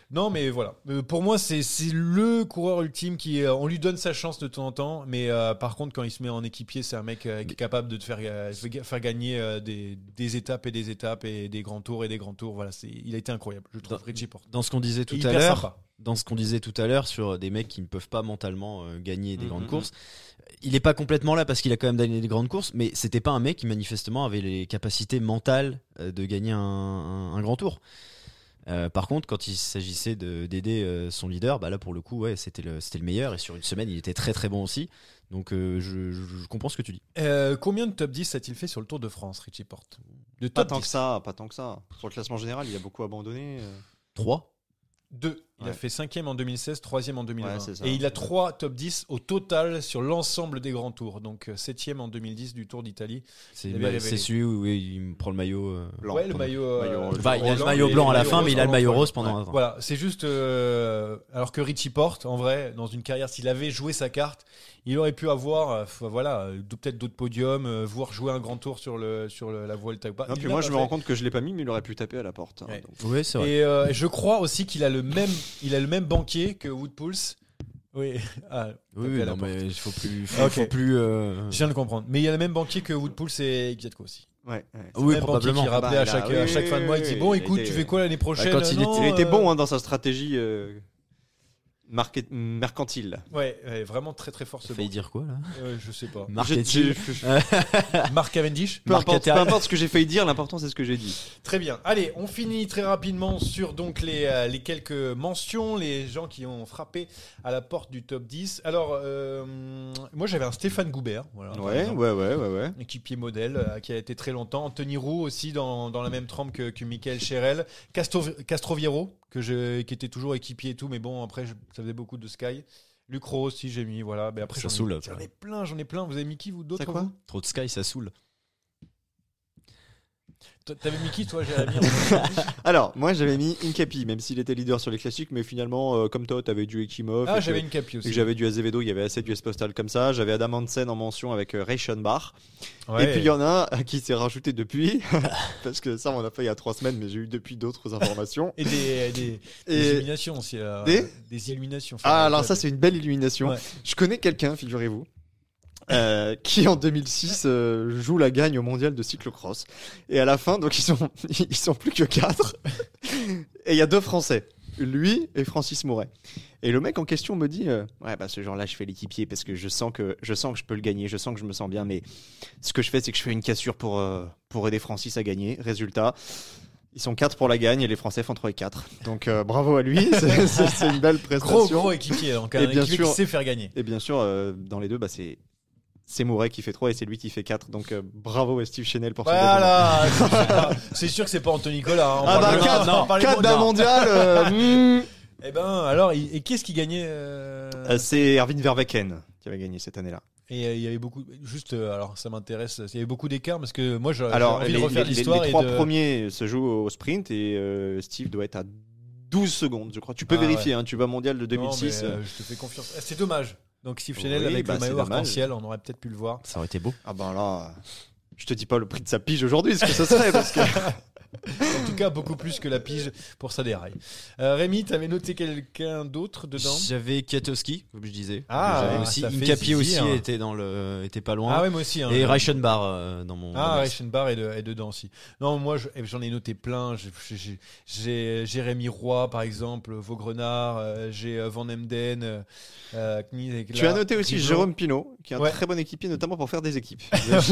Non, mais voilà. Euh, pour moi, c'est, c'est le coureur ultime qui, euh, on lui donne sa chance de temps en temps, mais euh, par contre, quand il se met en équipier, c'est un mec euh, qui est capable de te faire, euh, faire gagner euh, des, des étapes et des étapes et des grands tours et des grands tours. Voilà, c'est, il a été incroyable. Je trouve Dans- Richie Porte. Dans ce qu'on disait tout Et à hyper l'heure, sympa. dans ce qu'on disait tout à l'heure sur des mecs qui ne peuvent pas mentalement euh, gagner des Mhm. grandes courses, il est pas complètement là parce qu'il a quand même gagné des grandes courses, mais c'était pas un mec qui manifestement avait les capacités mentales euh, de gagner un, un- un grand tour. Euh, par contre, quand il s'agissait de, d'aider euh, son leader, bah là pour le coup, ouais, c'était le, c'était le meilleur et sur une semaine, il était très très bon aussi. Donc euh, je, je- je comprends ce que tu dis. Euh, combien de top dix a-t-il fait sur le Tour de France, Richie Porte? De Pas top tant dix. que ça, pas tant que ça. Sur le classement général, il a beaucoup abandonné. euh. trois Deux. Il Ouais. a fait cinquième en deux mille seize, troisième en deux mille vingt. Ouais, c'est ça. Et il a trois top dix au total sur l'ensemble des grands tours. Donc euh, septième en deux mille dix du Tour d'Italie. C'est, Il avait bah, révélé. c'est celui où oui, il me prend le maillot. euh, Blanc. Ouais, le maillot. euh, Maillot rose. Enfin, il a le blanc maillot et blanc à la maillot fin, rose mais il a le pendant maillot trois. rose pendant. Ouais. Voilà, c'est juste. euh, alors que Richie Porte, en vrai, dans une carrière, s'il avait joué sa carte, il aurait pu avoir, euh, f- voilà, euh, peut-être d'autres podiums, euh, voire jouer un grand tour sur le sur le- la Vuelta ou pas. Non, Il puis l'a moi, pas je me fait. rends compte que je l'ai pas mis, mais il aurait pu taper à la porte. hein, Ouais. donc. Oui, c'est vrai. Et euh, je crois aussi qu'il a le même, il a le même banquier que Woodpulse. Oui, ah, Oui, taper oui, à la non, porte. mais il faut plus. Faut, Ok. faut plus euh, Je viens de comprendre. Mais il y a le même banquier que Woodpulse et Kwiatkowski aussi. Ouais, ouais. C'est Oui, le même probablement. banquier qui rappelait Bah, à il a- chaque, oui, à chaque fin de mois, il dit bon, il a écoute, été- tu fais quoi l'année prochaine quand il Non, était- Il a été euh, bon hein, dans sa stratégie euh, market- mercantile. Ouais, ouais, vraiment très très fort ce Ça failli banquier. dire quoi là Euh, je sais pas. Marketing. J'ai- j'ai- Marc Cavendish. Peu importe, Marketer- peu importe ce que j'ai failli dire, l'important c'est ce que j'ai dit. Très bien. Allez, on finit très rapidement sur donc les, euh, les quelques mentions, les gens qui ont frappé à la porte du top dix. Alors, euh, moi j'avais un Stéphane Goubert, voilà, par Ouais, exemple. ouais, ouais, ouais, ouais. Équipier modèle euh, qui a été très longtemps. Anthony Roux aussi dans, dans la même trempe que, que Michael Cherel. Castro, Castroviero que je, qui était toujours équipier et tout, mais bon après je- ça faisait beaucoup de Sky. Luc Rowe aussi j'ai mis, voilà. Mais après Ça j'en ai- saoule, j'en quoi. ai plein, j'en ai plein. Vous avez mis qui vous d'autres C'est quoi vous Trop de Sky, ça saoule. Toi, T'avais mis qui toi Jérémy Alors, moi j'avais mis Incapi, même s'il était leader sur les classiques, mais finalement, euh, comme toi, t'avais du Ekimov. Ah et j'avais que- une capi et aussi. que j'avais du Azevedo, il y avait assez du U S Postal comme ça. J'avais Adam Hansen en mention avec euh, Ray Schoenbach. Ouais. Et puis il y en a un qui s'est rajouté depuis, parce que ça on a fait il y a trois semaines, mais j'ai eu depuis d'autres informations. Et des, des, des Et- illuminations aussi. euh, Des des illuminations. Ah, alors ça c'est une belle illumination. Ouais. Je connais quelqu'un, figurez-vous, euh, qui en deux mille six euh, joue la gagne au mondial de cyclocross. Et à la fin, donc ils sont, ils sont plus que quatre. Et il y a deux Français, lui et Francis Mouret. Et le mec en question me dit euh, ouais bah ce genre-là je fais l'équipier parce que je sens que je sens que je peux le gagner, je sens que je me sens bien, mais ce que je fais c'est que je fais une cassure pour euh, pour aider Francis à gagner. Résultat. Ils sont quatre pour la gagne et les Français font trois et quatre. Donc euh, bravo à lui, c'est, c'est, c'est une belle prestation. Gros, gros équipier. Donc un Et bien équipier sûr- qui sait faire gagner. Et bien sûr, euh, dans les deux, bah, c'est c'est Mouret qui fait trois et c'est lui qui fait quatre. Donc euh, bravo à Steve Chenel pour son dévouement. Voilà. c'est pas- C'est sûr que c'est pas Anthony Nicolas. Hein. On Ah parle bah de- quatre, non, on parle des quatre bons- d'un non. mondial. euh, hmm. Eh ben alors, il- et qui est-ce qui gagnait euh, Euh, c'est Erwin Verwecken qui avait gagné cette année-là. Et euh, il y avait beaucoup. Juste, euh, alors ça m'intéresse. Il y avait beaucoup d'écarts parce que moi, j'ai j'ai Alors envie les, de refaire les- les- l'histoire. les et trois de... premiers se jouent au sprint et euh, Steve doit être à douze secondes, je crois. Tu peux Ah, vérifier, hein, tu vas mondial de deux mille Non, six. mais, euh. euh, je te fais confiance. Ah, c'est dommage. Donc Steve Chenel Oui, avec bah, le maillot c'est dommage. arc-en-ciel, on aurait peut-être pu le voir. Ça aurait été beau. Ah ben là, je te dis pas le prix de sa pige aujourd'hui, ce que ce serait parce que. En tout cas, beaucoup plus que la pige pour sa déraille. Euh, Rémi, t'avais noté quelqu'un d'autre dedans? J'avais Kwiatkowski, comme je disais. Ah, J'avais ouais, aussi ça fait Incapi zizi, aussi hein. était dans le était pas loin. Ah ouais, moi aussi. Hein, Et je- Reichenbach euh, dans mon. Ah, dans mon- Reichenbach est, de- est dedans aussi. Non, moi, je- j'en ai noté plein. J'ai- J'ai j'ai Jérémy Roy, par exemple, Vaugrenard, euh, j'ai euh, Van Emden. euh, euh, Knie avec Tu la- as noté aussi Rigaud. Jérôme Pinot, qui est un Ouais. très bon équipier, notamment pour faire des équipes.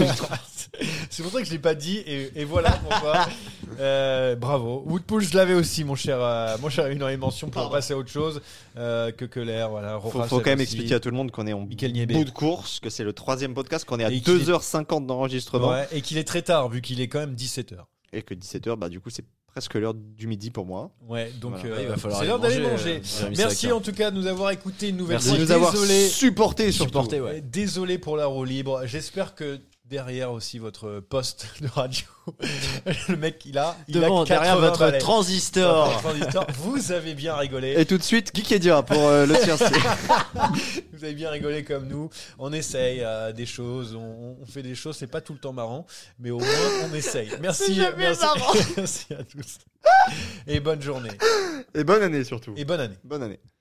C'est pour ça que je l'ai pas dit et, et voilà pourquoi. Euh, bravo. Woodpool, je l'avais aussi, mon cher, euh, mon cher, une mention pour Pardon. passer à autre chose euh, que Keller. Voilà. Faut, Rojas faut quand même aussi. expliquer à tout le monde qu'on est en Michael Niébé. bout de course, que c'est le troisième podcast, qu'on est à Et qu'il deux heures cinquante d'enregistrement Ouais, et qu'il est très tard vu qu'il est quand même dix-sept heures. et que dix-sept heures, bah du coup c'est presque l'heure du midi pour moi. Ouais, donc Voilà. euh, Ouais, il va falloir c'est aller l'heure d'aller manger, manger. euh, Jérémy Merci Sacre. en tout cas de nous avoir écouté une nouvelle Merci fois. de nous avoir Désolé. supporté surtout. Supporté, ouais. Désolé pour la roue libre. J'espère que derrière aussi votre poste de radio. Le mec, il a, il Devant, a derrière votre balais. transistor. Votre transistor. Vous avez bien rigolé. Et tout de suite, Geekedia pour euh, le tiercé. Vous avez bien rigolé comme nous. On essaye euh, des choses, on, on fait des choses. C'est pas tout le temps marrant, mais au moins on essaye. Merci, merci, merci à tous. Et bonne journée. Et bonne année surtout. Et bonne année. Bonne année.